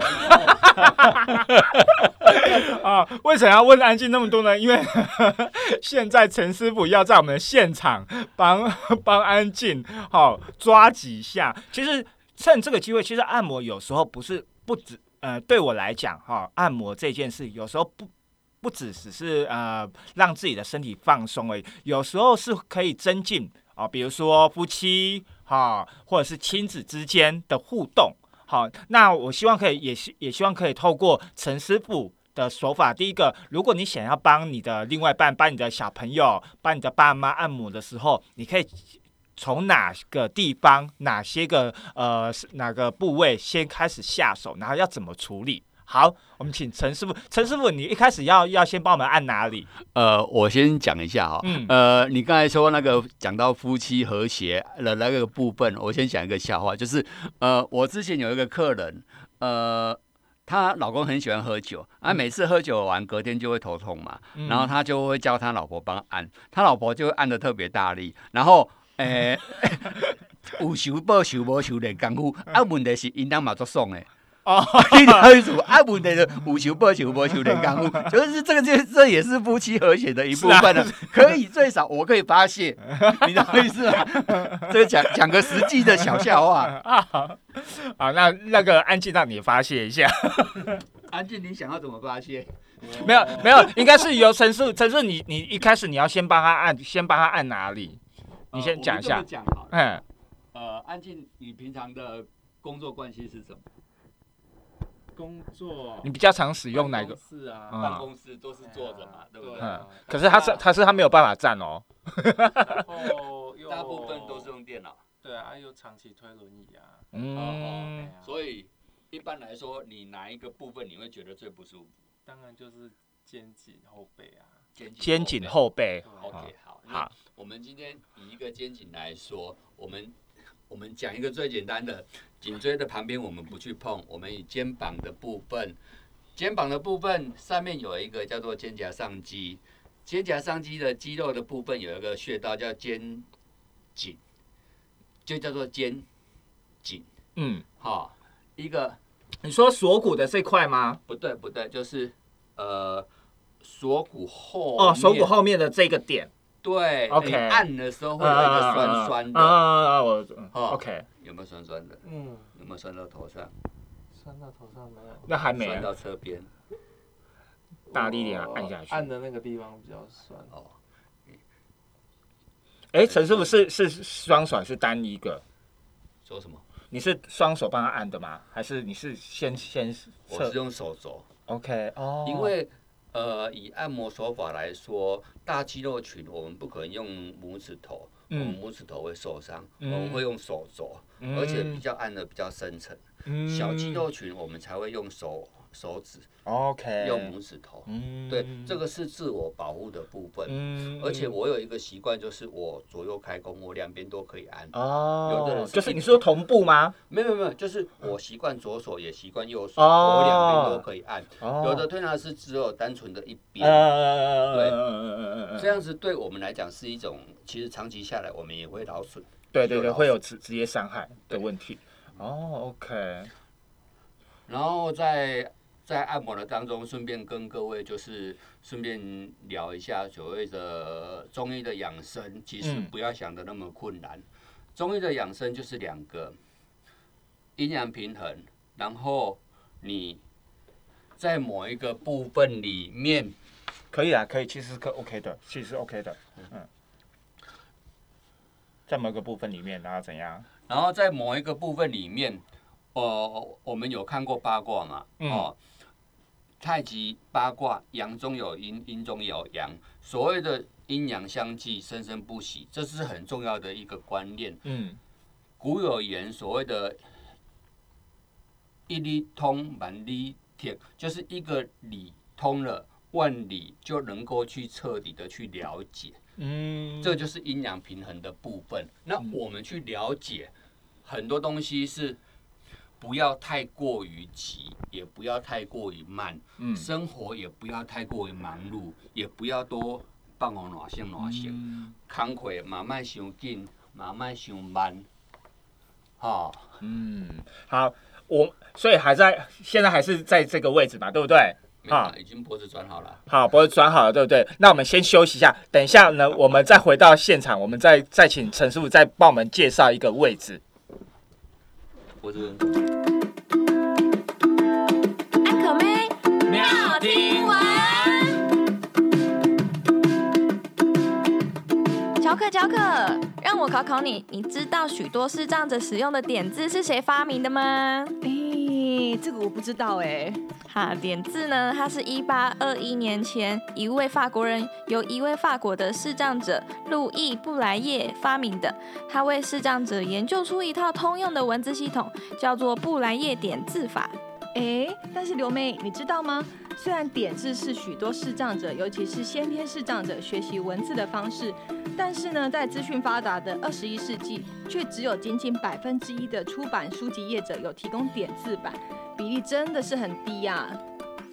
[SPEAKER 3] 啊，为什么要问安静那么多呢？因为现在陈师傅要在我们的现场帮帮安静好、哦、抓几下。其实趁这个机会，其实按摩有时候不是不止呃，对我来讲哈、哦，按摩这件事有时候不。不只只是呃让自己的身体放松而已，有时候是可以增进啊、哦，比如说夫妻哈、哦，或者是亲子之间的互动。好，那我希望可以也也希望可以透过陈师傅的手法，第一个，如果你想要帮你的另外一半、帮你的小朋友、帮你的爸妈按摩的时候，你可以从哪个地方、哪些个呃哪个部位先开始下手，然后要怎么处理。好，我们请陈师傅。陈师傅，你一开始要要先帮我们按哪里？
[SPEAKER 7] 呃，我先讲一下哈、哦，
[SPEAKER 3] 嗯，
[SPEAKER 7] 呃，你刚才说那个讲到夫妻和谐的那个部分，我先讲一个笑话，就是呃，我之前有一个客人，呃，她老公很喜欢喝酒，啊，每次喝酒完隔天就会头痛嘛，
[SPEAKER 3] 嗯
[SPEAKER 7] 然后他就会叫他老婆帮按，他老婆就会按得特别大力，然后诶，有收报收无收练功夫，啊，问题是因当嘛足爽诶。
[SPEAKER 3] 哦，
[SPEAKER 7] 你了解什么？啊，问题的有求不求不求练功夫，就是这个，这这也是夫妻和谐的一部分了。可以最少我可以发泄，你懂我意思吗？这个讲讲个实际的小笑话
[SPEAKER 3] 啊，好，那那个安静让你发泄一下。
[SPEAKER 7] 安静，你想要怎么发泄？
[SPEAKER 3] 没有没有，应该是由陈述陈述你你一开始你要先帮他按，先帮他按哪里？你先讲一下。
[SPEAKER 7] 呃、讲好了。
[SPEAKER 3] 嗯。
[SPEAKER 7] 呃，安静，你平常的工作关系是什么？
[SPEAKER 5] 工作，
[SPEAKER 3] 你比较常使用哪个？
[SPEAKER 5] 是啊，
[SPEAKER 3] 嗯、
[SPEAKER 7] 办公室都是坐着嘛，对不对？
[SPEAKER 3] 嗯。可是他是他是他没有办法站哦。
[SPEAKER 7] 大部分都是用电脑。
[SPEAKER 5] 对啊，又长期推轮椅啊。
[SPEAKER 3] 嗯。
[SPEAKER 7] 哦、所以一般来说，你哪一个部分你会觉得最不舒服？
[SPEAKER 5] 当然就是肩颈后背啊。
[SPEAKER 3] 肩颈后背。
[SPEAKER 7] OK， 好。好，我们今天以一个肩颈来说，我们我们讲一个最简单的，颈椎的旁边我们不去碰，我们以肩膀的部分，肩膀的部分上面有一个叫做肩胛上肌，肩胛上肌的肌肉的部分有一个穴道叫肩颈，就叫做肩颈。
[SPEAKER 3] 嗯，
[SPEAKER 7] 好，一个。
[SPEAKER 3] 你说锁骨的这块吗？
[SPEAKER 7] 不对，不对，就是呃锁骨后
[SPEAKER 3] 哦，锁骨后面的这个点。
[SPEAKER 7] 对
[SPEAKER 3] ，OK，
[SPEAKER 7] 你按的时候会有一个酸酸的。
[SPEAKER 3] 啊啊啊！我、
[SPEAKER 7] 哦、
[SPEAKER 3] OK，
[SPEAKER 7] 有没有酸酸的？嗯，有没有酸到头上？
[SPEAKER 5] 酸到头上没有。
[SPEAKER 3] 那还没。
[SPEAKER 7] 酸到侧边。
[SPEAKER 3] 大力一点按下去。
[SPEAKER 5] 按的那个地方比较酸。哦。
[SPEAKER 3] 哎、欸，陈师傅是是双手还是单一个？
[SPEAKER 7] 说什么？
[SPEAKER 3] 你是双手帮他按的吗？还是你是先先？
[SPEAKER 7] 我是用手肘。
[SPEAKER 3] OK， 哦。
[SPEAKER 7] 因为呃，以按摩手法来说，大肌肉群我们不可能用拇指头，嗯、我们拇指头会受伤，嗯、我们会用手肘，嗯、而且比较按的比较深层。嗯、小肌肉群我们才会用手手指。OK， 用拇指头，嗯、对，这个是自我保护的部分。嗯、而且我有一个习惯，就是我左右开弓，我两边都可以按。哦，有的人是
[SPEAKER 3] 就是你说同步吗？
[SPEAKER 7] 没有没有，就是我习惯左手，也习惯右手，哦、我两边都可以按。哦、有的推拿师只有单纯的一边。呃、对，这样子对我们来讲是一种，其实长期下来我们也会劳损。
[SPEAKER 3] 对对对，会有职职业伤害的问题。哦 ，OK。
[SPEAKER 7] 然后在在按摩的当中，顺便跟各位就是顺便聊一下所谓的中医的养生，其实不要想的那么困难。嗯、中医的养生就是两个阴阳平衡，然后你在某一个部分里面，
[SPEAKER 3] 可以啊，可以，其实可 OK 的，其实 OK 的，嗯，在某一个部分里面，然后怎样？
[SPEAKER 7] 然后在某一个部分里面，呃，我们有看过八卦嘛？嗯、哦。太极八卦，阳中有阴，阴中有阳。所谓的阴阳相济，生生不息，这是很重要的一个观念。嗯，古有言，所谓的“一理通，万理通”，就是一个理通了，万理就能够去彻底的去了解。嗯，这就是阴阳平衡的部分。那我们去了解很多东西是。不要太过于急，也不要太过于慢。嗯、生活也不要太过于忙碌，也不要多放我暖性暖性。工课慢慢伤紧，慢慢伤慢。哈、哦，
[SPEAKER 3] 嗯，好，我所以还在现在还是在这个位置嘛，对不对？
[SPEAKER 7] 好，已经脖子转好了。
[SPEAKER 3] 好，脖子转好了，对不对？那我们先休息一下，等一下呢，我们再回到现场，我们再再请陈师傅再帮我们介绍一个位置。
[SPEAKER 7] 我是
[SPEAKER 6] 安可妹妙听完，乔克乔克，让我考考你，你知道许多视障者使用的点字是谁发明的吗？
[SPEAKER 2] 哎，这个我不知道哎。
[SPEAKER 6] 哈，点字呢，它是一八二一年前一位法国人由一位法国的视障者路易·布莱叶发明的。他为视障者研究出一套通用的文字系统，叫做布莱叶点字法。
[SPEAKER 2] 哎，但是刘妹，你知道吗？虽然点字是许多视障者，尤其是先天视障者学习文字的方式，但是呢，在资讯发达的二十一世纪，却只有仅仅百分之一的出版书籍业者有提供点字版，比例真的是很低啊。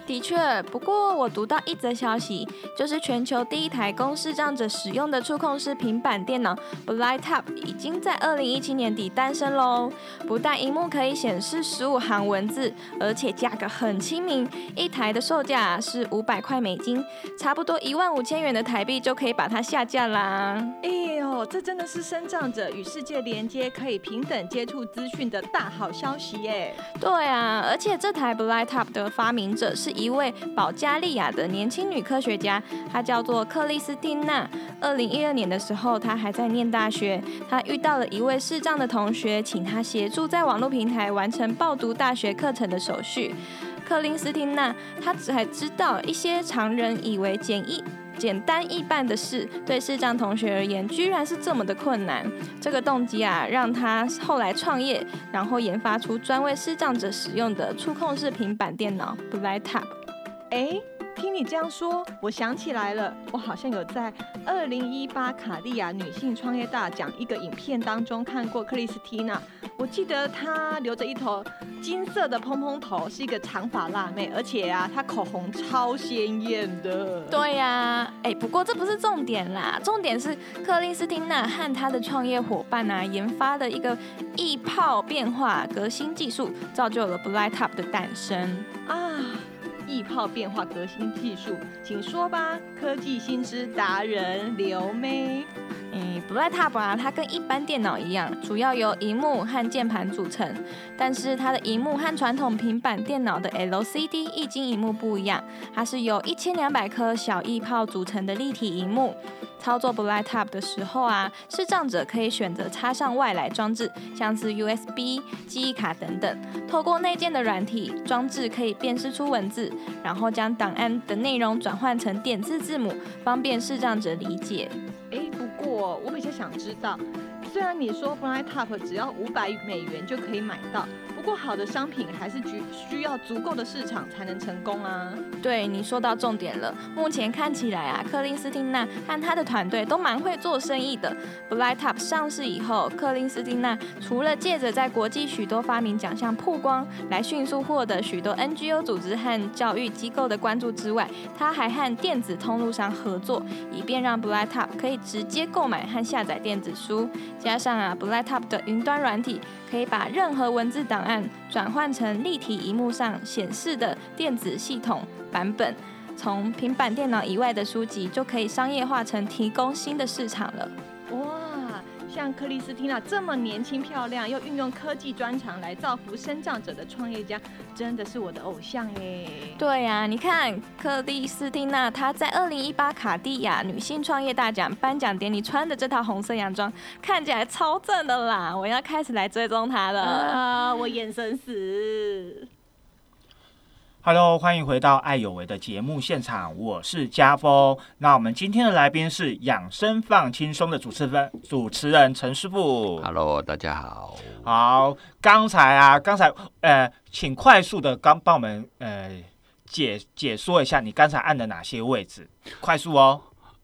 [SPEAKER 6] 的确，不过我读到一则消息，就是全球第一台供视障者使用的触控式平板电脑 BlightTap 已经在二零一七年底诞生喽。不但荧幕可以显示十五行文字，而且价格很亲民，一台的售价是五百块美金，差不多一万五千元的台币就可以把它下架啦。
[SPEAKER 2] 哎呦，这真的是身障者与世界连接，可以平等接触资讯的大好消息耶！
[SPEAKER 6] 对啊，而且这台 BlightTap 的发明者是一位保加利亚的年轻女科学家，她叫做克里斯汀娜。二零一二年的时候，她还在念大学，她遇到了一位视障的同学，请她协助在网络平台完成报读大学课程的手续。克林斯汀娜她才知道一些常人以为简易。简单易办的事，对视障同学而言，居然是这么的困难。这个动机啊，让他后来创业，然后研发出专为视障者使用的触控式平板电脑 BlightTap。
[SPEAKER 2] 哎，听你这样说，我想起来了，我好像有在二零一八卡地亚女性创业大奖一个影片当中看过克里斯蒂娜。我记得她留着一头金色的蓬蓬头，是一个长发辣妹，而且啊，她口红超鲜艳的。
[SPEAKER 6] 对呀、啊，哎，不过这不是重点啦，重点是克里斯汀娜和她的创业伙伴啊，研发的一个易泡变化革新技术，造就了 BlightTap 的诞生
[SPEAKER 2] 啊。易泡变化革新技术，请说吧，科技新知达人刘妹。
[SPEAKER 6] 嗯 ，BlightTap 啊，它跟一般电脑一样，主要由萤幕和键盘组成，但是它的萤幕和传统平板电脑的 L C D 液晶萤幕不一样，它是由一千两百颗小液泡组成的立体萤幕。操作 BlightTap 的时候啊，视障者可以选择插上外来装置，像是 U S B、记忆卡等等。透过内建的软体装置，可以辨识出文字，然后将档案的内容转换成点字字母，方便视障者理解。
[SPEAKER 2] 哎，不过我比较想知道，虽然你说 BlightTap 只要五百美元就可以买到，不过好的商品还是需要足够的市场才能成功啊。
[SPEAKER 6] 对，你说到重点了。目前看起来啊，克林斯汀娜和他的团队都蛮会做生意的。BlightTap 上市以后，克林斯汀娜除了借着在国际许多发明奖项曝光，来迅速获得许多 N G O 组织和教育机构的关注之外，他还和电子通路商合作，以便让 BlightTap 可以直接购买和下载电子书。加上啊 BlightTap 的云端软体，可以把任何文字档案转换成立体萤幕上显示的电子系统版本，从平板电脑以外的书籍就可以商业化成提供新的市场了。
[SPEAKER 2] 哇，像克里斯汀娜这么年轻漂亮，又运用科技专长来造福身障者的创业家，真的是我的偶像耶。
[SPEAKER 6] 对呀、啊，你看克里斯汀娜她在二零一八卡地亚女性创业大奖颁奖典礼穿的这套红色洋装，看起来超正的啦！我要开始来追踪她了。
[SPEAKER 2] 啊，我眼神死。
[SPEAKER 3] Hello， 欢迎回到爱有为的节目现场，我是家峰。那我们今天的来宾是养生放轻松的主持人主持人陈师傅。
[SPEAKER 7] Hello， 大家好。
[SPEAKER 3] 好，刚才啊，刚才呃，请快速的刚帮我们呃解解说一下你刚才按的哪些位置，快速哦。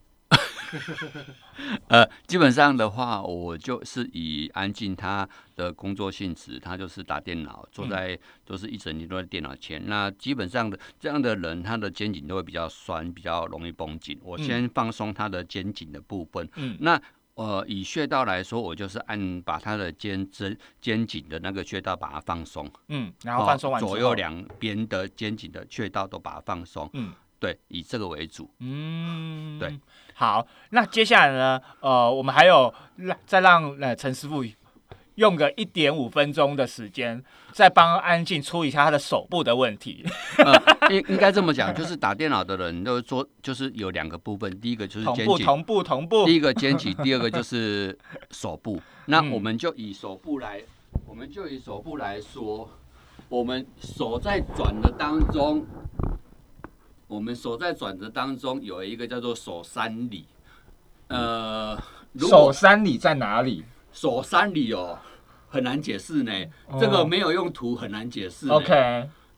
[SPEAKER 7] 呃，基本上的话，我就是以安静他的工作性质，他就是打电脑，坐在都是一整天都在电脑前。那基本上的这样的人，他的肩颈都会比较酸，比较容易绷紧。我先放松他的肩颈的部分。嗯，那呃，以穴道来说，我就是按把他的肩肩肩颈的那个穴道把它放松。
[SPEAKER 3] 嗯，然后放松完之后，
[SPEAKER 7] 左右两边的肩颈的穴道都把它放松。嗯。对，以这个为主。
[SPEAKER 3] 嗯，
[SPEAKER 7] 对。
[SPEAKER 3] 好，那接下来呢？呃，我们还有再让呃陈师傅用个一点五分钟的时间，再帮安静处理一下他的手部的问题。
[SPEAKER 7] 呃、应应该这么讲，就是打电脑的人都说，就是有两个部分，第一个就是肩颈，
[SPEAKER 3] 同步同步。
[SPEAKER 7] 第一个肩颈，第二个就是手部。那我们就以手部来，我们就以手部来说，我们手在转的当中。我们手在转的当中有一个叫做手三里，呃，
[SPEAKER 3] 手三里在哪里？
[SPEAKER 7] 手三里哦，很难解释呢，哦、这个没有用图很难解释。
[SPEAKER 3] OK，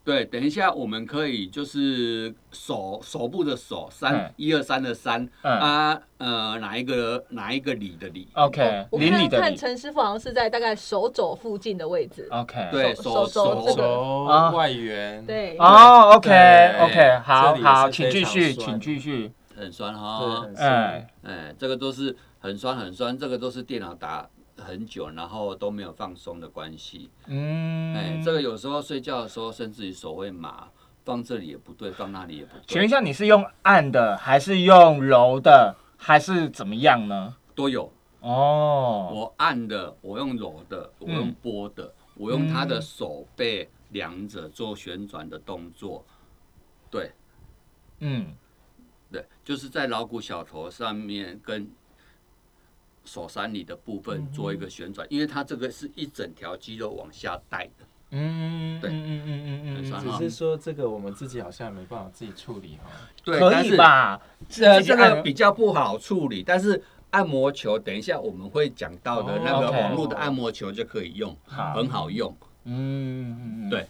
[SPEAKER 7] 对，等一下我们可以就是手手部的手三一二三的三、
[SPEAKER 3] 嗯、
[SPEAKER 7] 啊呃哪一个哪一个里的里
[SPEAKER 3] ，OK，
[SPEAKER 2] 我
[SPEAKER 3] 邻里的里
[SPEAKER 2] 看陈师傅好像是在大概手肘附近的位置。
[SPEAKER 3] ，OK，
[SPEAKER 7] 对
[SPEAKER 2] 手
[SPEAKER 7] 手
[SPEAKER 2] 手这个
[SPEAKER 5] 手
[SPEAKER 3] 啊
[SPEAKER 5] 外缘，
[SPEAKER 2] 对
[SPEAKER 3] 哦，OK
[SPEAKER 5] 对
[SPEAKER 3] OK， 好
[SPEAKER 5] 这里
[SPEAKER 3] 好，
[SPEAKER 5] 是非常
[SPEAKER 3] 请继续，
[SPEAKER 5] 酸
[SPEAKER 3] 请继续，
[SPEAKER 7] 很酸
[SPEAKER 5] 对，
[SPEAKER 7] 哈，
[SPEAKER 5] 很
[SPEAKER 3] 哎
[SPEAKER 5] 酸，
[SPEAKER 7] 哎，这个都是很酸很酸，这个都是电脑打很久，然后都没有放松的关系。
[SPEAKER 3] 嗯，
[SPEAKER 7] 哎，这个有时候睡觉的时候，甚至于手会麻，放这里也不对，放那里也不对，
[SPEAKER 3] 请问一下，你是用按的，还是用揉的，还是怎么样呢？
[SPEAKER 7] 都有。
[SPEAKER 3] 哦，
[SPEAKER 7] 我按的，我用揉的，我用拨的，我用他的手背两者做旋转的动作。对，
[SPEAKER 3] 嗯，
[SPEAKER 7] 对，就是在桡骨小头上面跟手三里的部分做一个旋转，因为它这个是一整条肌肉往下带的。
[SPEAKER 3] 嗯，
[SPEAKER 7] 对
[SPEAKER 3] 嗯嗯嗯嗯嗯，
[SPEAKER 7] 很酸
[SPEAKER 5] 只是说这个我们自己好像没办法自己处理哈。
[SPEAKER 7] 对，
[SPEAKER 3] 可以
[SPEAKER 7] 但是
[SPEAKER 3] 吧？
[SPEAKER 7] 这这
[SPEAKER 3] 自己按
[SPEAKER 7] 个比较不好处理，但是按摩球，等一下我们会讲到的那个
[SPEAKER 3] 哦，OK
[SPEAKER 7] 网络的按摩球就可以用，
[SPEAKER 3] 好
[SPEAKER 7] 很好用。
[SPEAKER 3] 嗯嗯嗯，
[SPEAKER 7] 对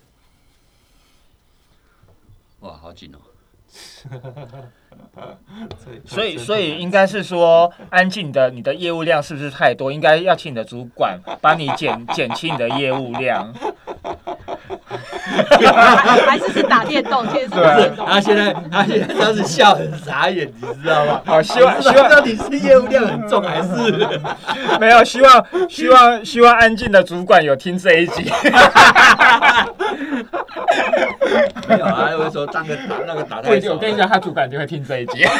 [SPEAKER 7] 哇，好紧哦！
[SPEAKER 3] 所以所以应该是说，安静的你的业务量是不是太多？应该要请你的主管帮你减减轻你的业务量。
[SPEAKER 2] 还是是打电动，其实是打电动。
[SPEAKER 7] 他现在他现在当时笑很傻眼，你知道吗？
[SPEAKER 3] 好，希望
[SPEAKER 7] 希望到底是业务量很重还是
[SPEAKER 3] 没有希望希望希望安静的主管有听这一集。
[SPEAKER 7] 没有啊？有时候当个打那个打
[SPEAKER 3] 不一定，
[SPEAKER 7] 太少了。
[SPEAKER 3] 我跟你讲，他主管就会听这一集。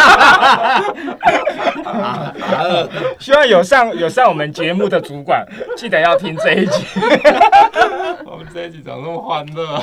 [SPEAKER 3] 希望有上有上我们节目的主管，记得要听这一集。
[SPEAKER 5] 我们这一集怎么那么欢乐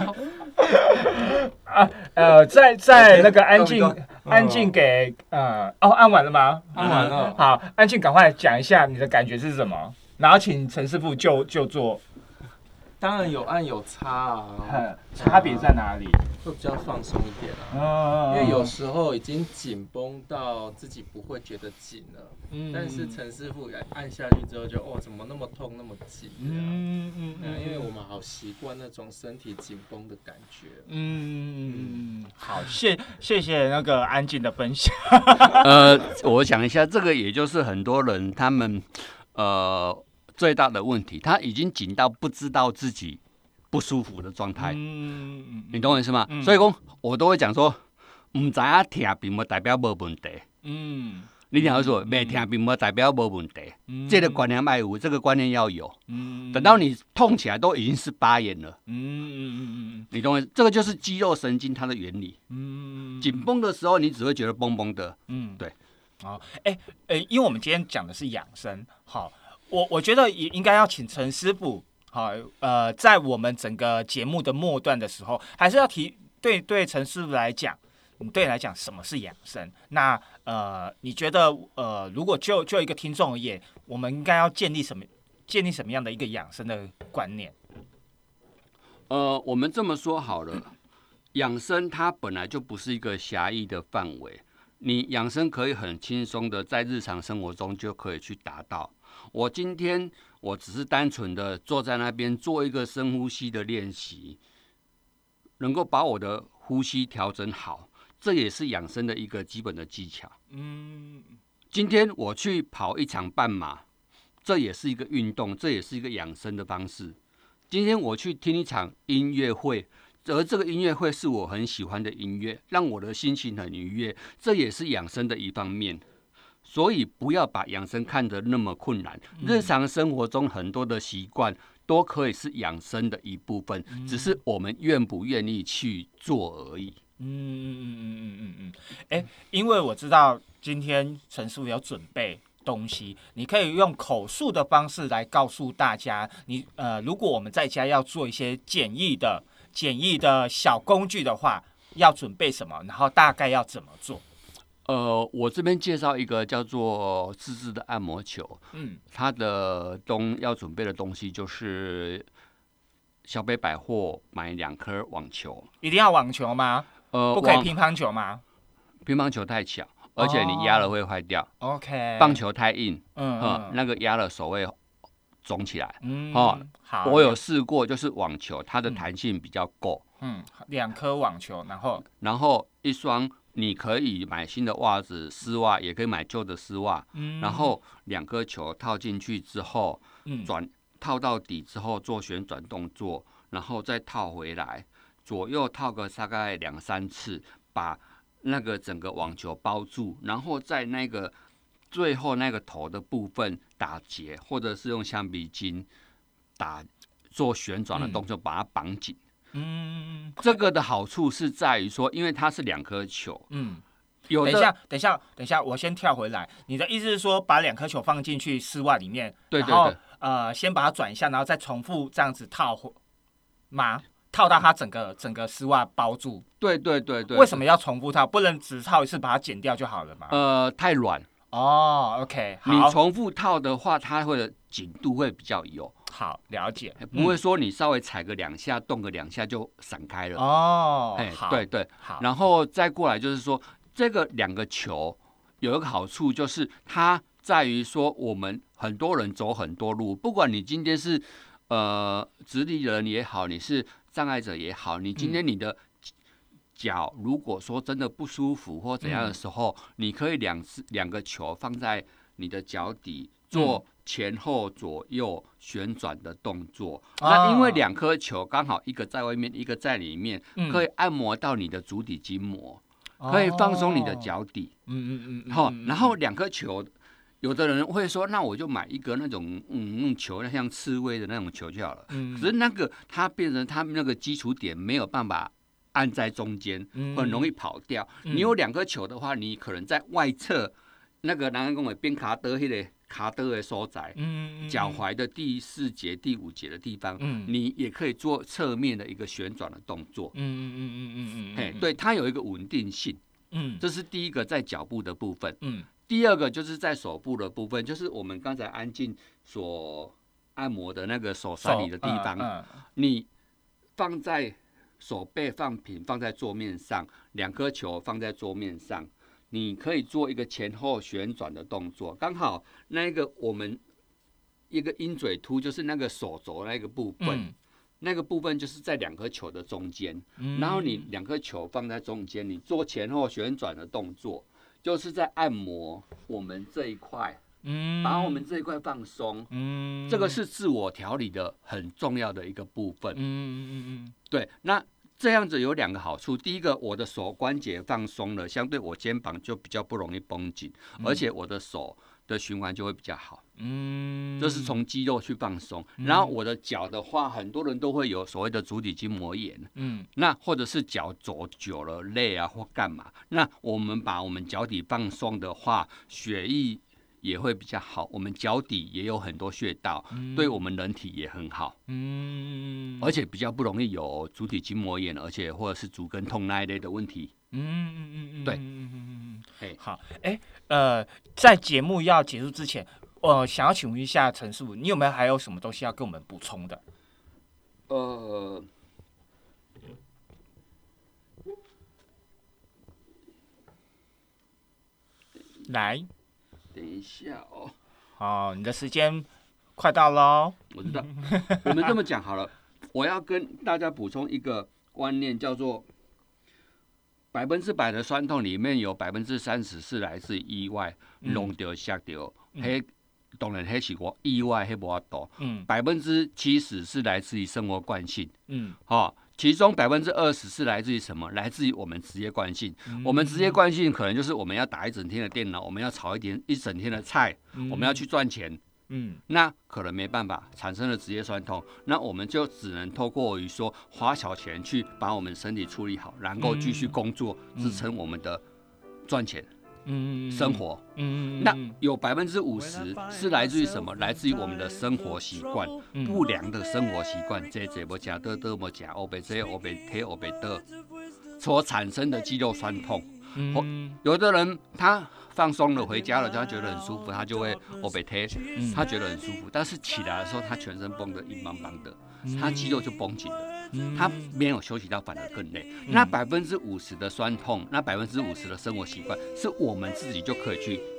[SPEAKER 3] 啊，呃，在在那个安静
[SPEAKER 7] 动一
[SPEAKER 3] 安静给呃哦按完了吗？
[SPEAKER 5] 按完了
[SPEAKER 3] 好，安静赶快讲一下你的感觉是什么，然后请陈师傅就就做。
[SPEAKER 5] 当然有按有差啊，
[SPEAKER 3] 差别在哪里？
[SPEAKER 5] 会比较放松一点啊。
[SPEAKER 3] 嗯，
[SPEAKER 5] 因为有时候已经紧绷到自己不会觉得紧了，
[SPEAKER 3] 嗯
[SPEAKER 5] 但是陈师傅按下去之后就哦怎么那么痛那么紧？
[SPEAKER 3] 嗯嗯
[SPEAKER 5] 嗯，因为我们好习惯那种身体紧绷的感觉。
[SPEAKER 3] 嗯嗯，好，谢谢谢那个安静的分享。
[SPEAKER 7] 呃，我讲一下，这个也就是很多人他们呃最大的问题，他已经紧到不知道自己不舒服的状态。
[SPEAKER 3] 嗯，
[SPEAKER 7] 你懂我意思吗？
[SPEAKER 3] 嗯、
[SPEAKER 7] 所以讲，我都会讲说，唔知影痛并不代表无问题。
[SPEAKER 3] 嗯，
[SPEAKER 7] 你听我说，没痛并不代表无问题。嗯、这个观念要有，这个观念要有。嗯，等到你痛起来都已经是发炎了。嗯嗯嗯嗯，你懂我意思？这个就是肌肉神经它的原理。嗯，紧绷的时候，你只会觉得绷绷的。嗯，对。
[SPEAKER 3] 好，哎、欸、哎、欸，因为我们今天讲的是养生，好。我我觉得也应该要请陈师傅，好，呃，在我们整个节目的末段的时候，还是要提对对陈师傅来讲，对你来讲什么是养生？那呃，你觉得呃，如果就就一个听众而言，我们应该要建立什么建立什么样的一个养生的观念？
[SPEAKER 7] 呃，我们这么说好了，养生它本来就不是一个狭义的范围，你养生可以很轻松的在日常生活中就可以去达到。我今天我只是单纯的坐在那边做一个深呼吸的练习，能够把我的呼吸调整好，这也是养生的一个基本的技巧。嗯，今天我去跑一场半马，这也是一个运动，这也是一个养生的方式。今天我去听一场音乐会，而这个音乐会是我很喜欢的音乐，让我的心情很愉悦，这也是养生的一方面。所以不要把养生看得那么困难，日常生活中很多的习惯都可以是养生的一部分，只是我们愿不愿意去做而已。
[SPEAKER 3] 嗯嗯嗯嗯嗯嗯，哎、欸，因为我知道今天陈师傅有准备东西，你可以用口述的方式来告诉大家，你呃，如果我们在家要做一些简易的简易的小工具的话，要准备什么，然后大概要怎么做？
[SPEAKER 7] 呃，我这边介绍一个叫做自制的按摩球，嗯，它的东要准备的东西就是小北百货买两颗网球。
[SPEAKER 3] 一定要网球吗？呃，不可以乒乓球吗？
[SPEAKER 7] 乒乓球太小，而且你压了会坏掉。
[SPEAKER 3] OK，
[SPEAKER 7] 棒球太硬，
[SPEAKER 3] 嗯
[SPEAKER 7] 嗯，那个压了手会肿起来。
[SPEAKER 3] 嗯，
[SPEAKER 7] 哦，
[SPEAKER 3] 好，
[SPEAKER 7] 我有试过，就是网球，它的弹性比较够。
[SPEAKER 3] 嗯，两颗网球，然后
[SPEAKER 7] 然后一双你可以买新的袜子、丝袜，也可以买旧的丝袜。
[SPEAKER 3] 嗯，
[SPEAKER 7] 然后两颗球套进去之后，
[SPEAKER 3] 嗯
[SPEAKER 7] 转套到底之后做旋转动作，然后再套回来，左右套个大概两三次，把那个整个网球包住，然后在那个最后那个头的部分打结，或者是用橡皮筋打做旋转的动作，把它绑紧。
[SPEAKER 3] 嗯，
[SPEAKER 7] 这个的好处是在于说，因为它是两颗球，
[SPEAKER 3] 嗯，
[SPEAKER 7] 有的
[SPEAKER 3] 等一下，等一下，等一下，我先跳回来。你的意思是说，把两颗球放进去丝袜里面，
[SPEAKER 7] 对对
[SPEAKER 3] 然后
[SPEAKER 7] 对
[SPEAKER 3] 呃，先把它转一下，然后再重复这样子套回吗？套到它整个整个丝袜包住。
[SPEAKER 7] 对对对对，
[SPEAKER 3] 为什么要重复套？不能只套一次把它剪掉就好了吗？
[SPEAKER 7] 呃，太软。
[SPEAKER 3] 哦 ，OK，
[SPEAKER 7] 你
[SPEAKER 3] 好，
[SPEAKER 7] 重复套的话，它会的紧度会比较有，
[SPEAKER 3] 好了解，
[SPEAKER 7] 不会说你稍微踩个两下、动个两下就散开了。
[SPEAKER 3] 哦，
[SPEAKER 7] 哎，
[SPEAKER 3] 好，
[SPEAKER 7] 对对，
[SPEAKER 3] 好，
[SPEAKER 7] 然后再过来就是说，这个两个球有一个好处，就是它在于说，我们很多人走很多路，不管你今天是呃直立人也好，你是障碍者也好，你今天你的脚如果说真的不舒服或怎样的时候，嗯、你可以两次两个球放在你的脚底做前后左右旋转的动作。嗯、那因为两颗球刚好一个在外面，一个在里面，嗯、可以按摩到你的足底筋膜，可以放松你的脚底。嗯嗯嗯。好，然后两颗球。有的人会说，那我就买一个那种嗯用球，像刺猬的那种球就好了。嗯。可是那个它变成它那个基础点没有办法按在中间，很容易跑掉。嗯、你有两颗球的话，你可能在外侧那个人讲的边卡德迄个卡德的所在，嗯，脚踝的第四节、第五节的地方，嗯，你也可以做侧面的一个旋转的动作。嗯嗯嗯嗯嗯嗯。哎，对，它有一个稳定性。嗯。这是第一个在脚部的部分。嗯。第二个就是在手部的部分，就是我们刚才安静所按摩的那个手三里的地方，嗯嗯、你放在手背放平，放在桌面上，两颗球放在桌面上，你可以做一个前后旋转的动作。刚好那个我们一个鹰嘴凸，就是那个手肘那个部分，嗯、那个部分就是在两颗球的中间，嗯、然后你两颗球放在中间，你做前后旋转的动作。就是在按摩我们这一块，嗯，把我们这一块放松，嗯，这个是自我调理的很重要的一个部分，嗯嗯嗯嗯，对，那这样子有两个好处，第一个，我的手关节放松了，相对我肩膀就比较不容易绷紧，嗯、而且我的手的循环就会比较好，嗯，这是从肌肉去放松。嗯、然后我的脚的话，很多人都会有所谓的足底筋膜炎，嗯，那或者是脚走久了累啊或干嘛，那我们把我们脚底放松的话，血液也会比较好，我们脚底也有很多穴道，嗯、对我们人体也很好，嗯，而且比较不容易有足底筋膜炎，而且或者是足跟痛那一类的问题。嗯嗯嗯嗯，对，嗯嗯
[SPEAKER 3] 嗯，好，哎，呃，在节目要结束之前，呃，想要请问一下陈师傅，你有没有还有什么东西要跟我们补充的？呃，来，
[SPEAKER 7] 等一下哦。
[SPEAKER 3] 好，你的时间快到喽。
[SPEAKER 7] 我知道，我们这么讲好了，我要跟大家补充一个观念，叫做百分之百的酸痛里面有百分之三十是来自意外，弄到吓到，嘿、嗯，当然嘿是我意外，嘿无法度。嗯，百分之七十是来自于生活惯性。嗯，好、哦。其中百分之二十是来自于什么？来自于我们职业惯性。嗯、我们职业惯性可能就是我们要打一整天的电脑，我们要炒一点一整天的菜，嗯、我们要去赚钱。嗯，那可能没办法产生了职业酸痛，那我们就只能透过于说花小钱去把我们身体处理好，然后继续工作，嗯、支撑我们的赚钱。嗯，生活，嗯，那有百分之五十是来自于什么？来自于我们的生活习惯，嗯、不良的生活习惯，这这不吃，得得不吃，欧北这欧北贴欧北得，所产生的肌肉酸痛。嗯，有的人他放松了回家了，他觉得很舒服，他就会欧北贴，嗯、他觉得很舒服，但是起来的时候他全身绷得硬邦邦的，他肌肉就绷紧了。他没有休息到，反而更累。那百分之五十的酸痛，那百分之五十的生活习惯，是我们自己就可以去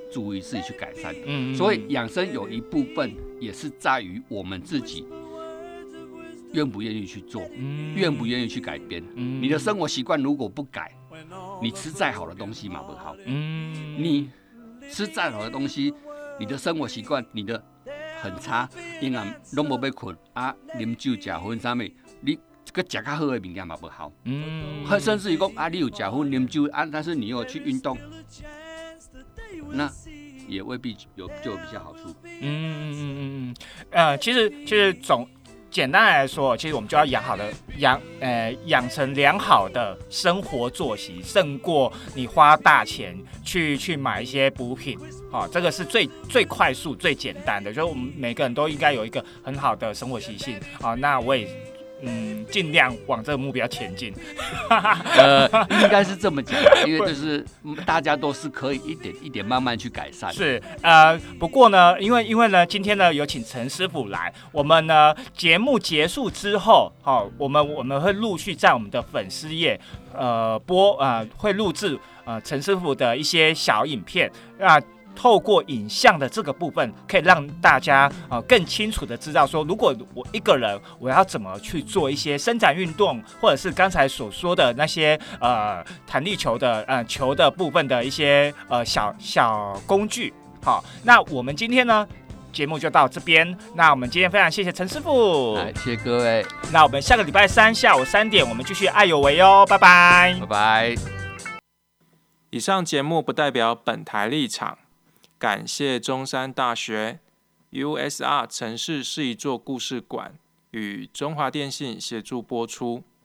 [SPEAKER 7] 注意，自己去改善的。
[SPEAKER 3] 嗯，
[SPEAKER 7] 所以养生有一部分也是在于我们自己愿不愿意去做，
[SPEAKER 3] 嗯
[SPEAKER 7] 愿不愿意去改变。
[SPEAKER 3] 嗯
[SPEAKER 7] 你的生活习惯如果不改，你吃再好的东西嘛不好。
[SPEAKER 3] 嗯，
[SPEAKER 7] 你吃再好的东西，你的生活习惯你的很差，因为拢无要困啊，啉酒食薰啥物，你个食较好的物件嘛不好。
[SPEAKER 3] 嗯，
[SPEAKER 7] 甚至于讲啊，你有食薰啉酒啊，但是你有去运动，那也未必有就有比较好处。
[SPEAKER 3] 嗯嗯嗯嗯嗯，呃，其实其实总简单来说，其实我们就要养好的养呃养成良好的生活作息，胜过你花大钱去去买一些补品。哦，这个是最最快速、最简单的，就是我们每个人都应该有一个很好的生活习性。啊、哦，那我也。嗯，尽量往这个目标前进。
[SPEAKER 7] 呃，应该是这么讲，因为就是大家都是可以一点一点慢慢去改善。
[SPEAKER 3] 是，呃，不过呢，因为因为呢，今天呢有请陈师傅来，我们呢节目结束之后，好、哦，我们我们会陆续在我们的粉丝页，呃播呃会录制呃陈师傅的一些小影片啊。透过影像的这个部分，可以让大家呃更清楚的知道说，如果我一个人我要怎么去做一些伸展运动，或者是刚才所说的那些呃弹力球的呃球的部分的一些呃小小工具。好，那我们今天呢节目就到这边。那我们今天非常谢谢陈师傅，
[SPEAKER 7] 哎，谢谢各位，
[SPEAKER 3] 那我们下个礼拜三下午三点，我们继续爱有为哦，拜拜，
[SPEAKER 7] 拜拜。
[SPEAKER 5] 以上节目不代表本台立场。感谢中山大学 U S R 城市是一座故事馆与中华电信协助播出。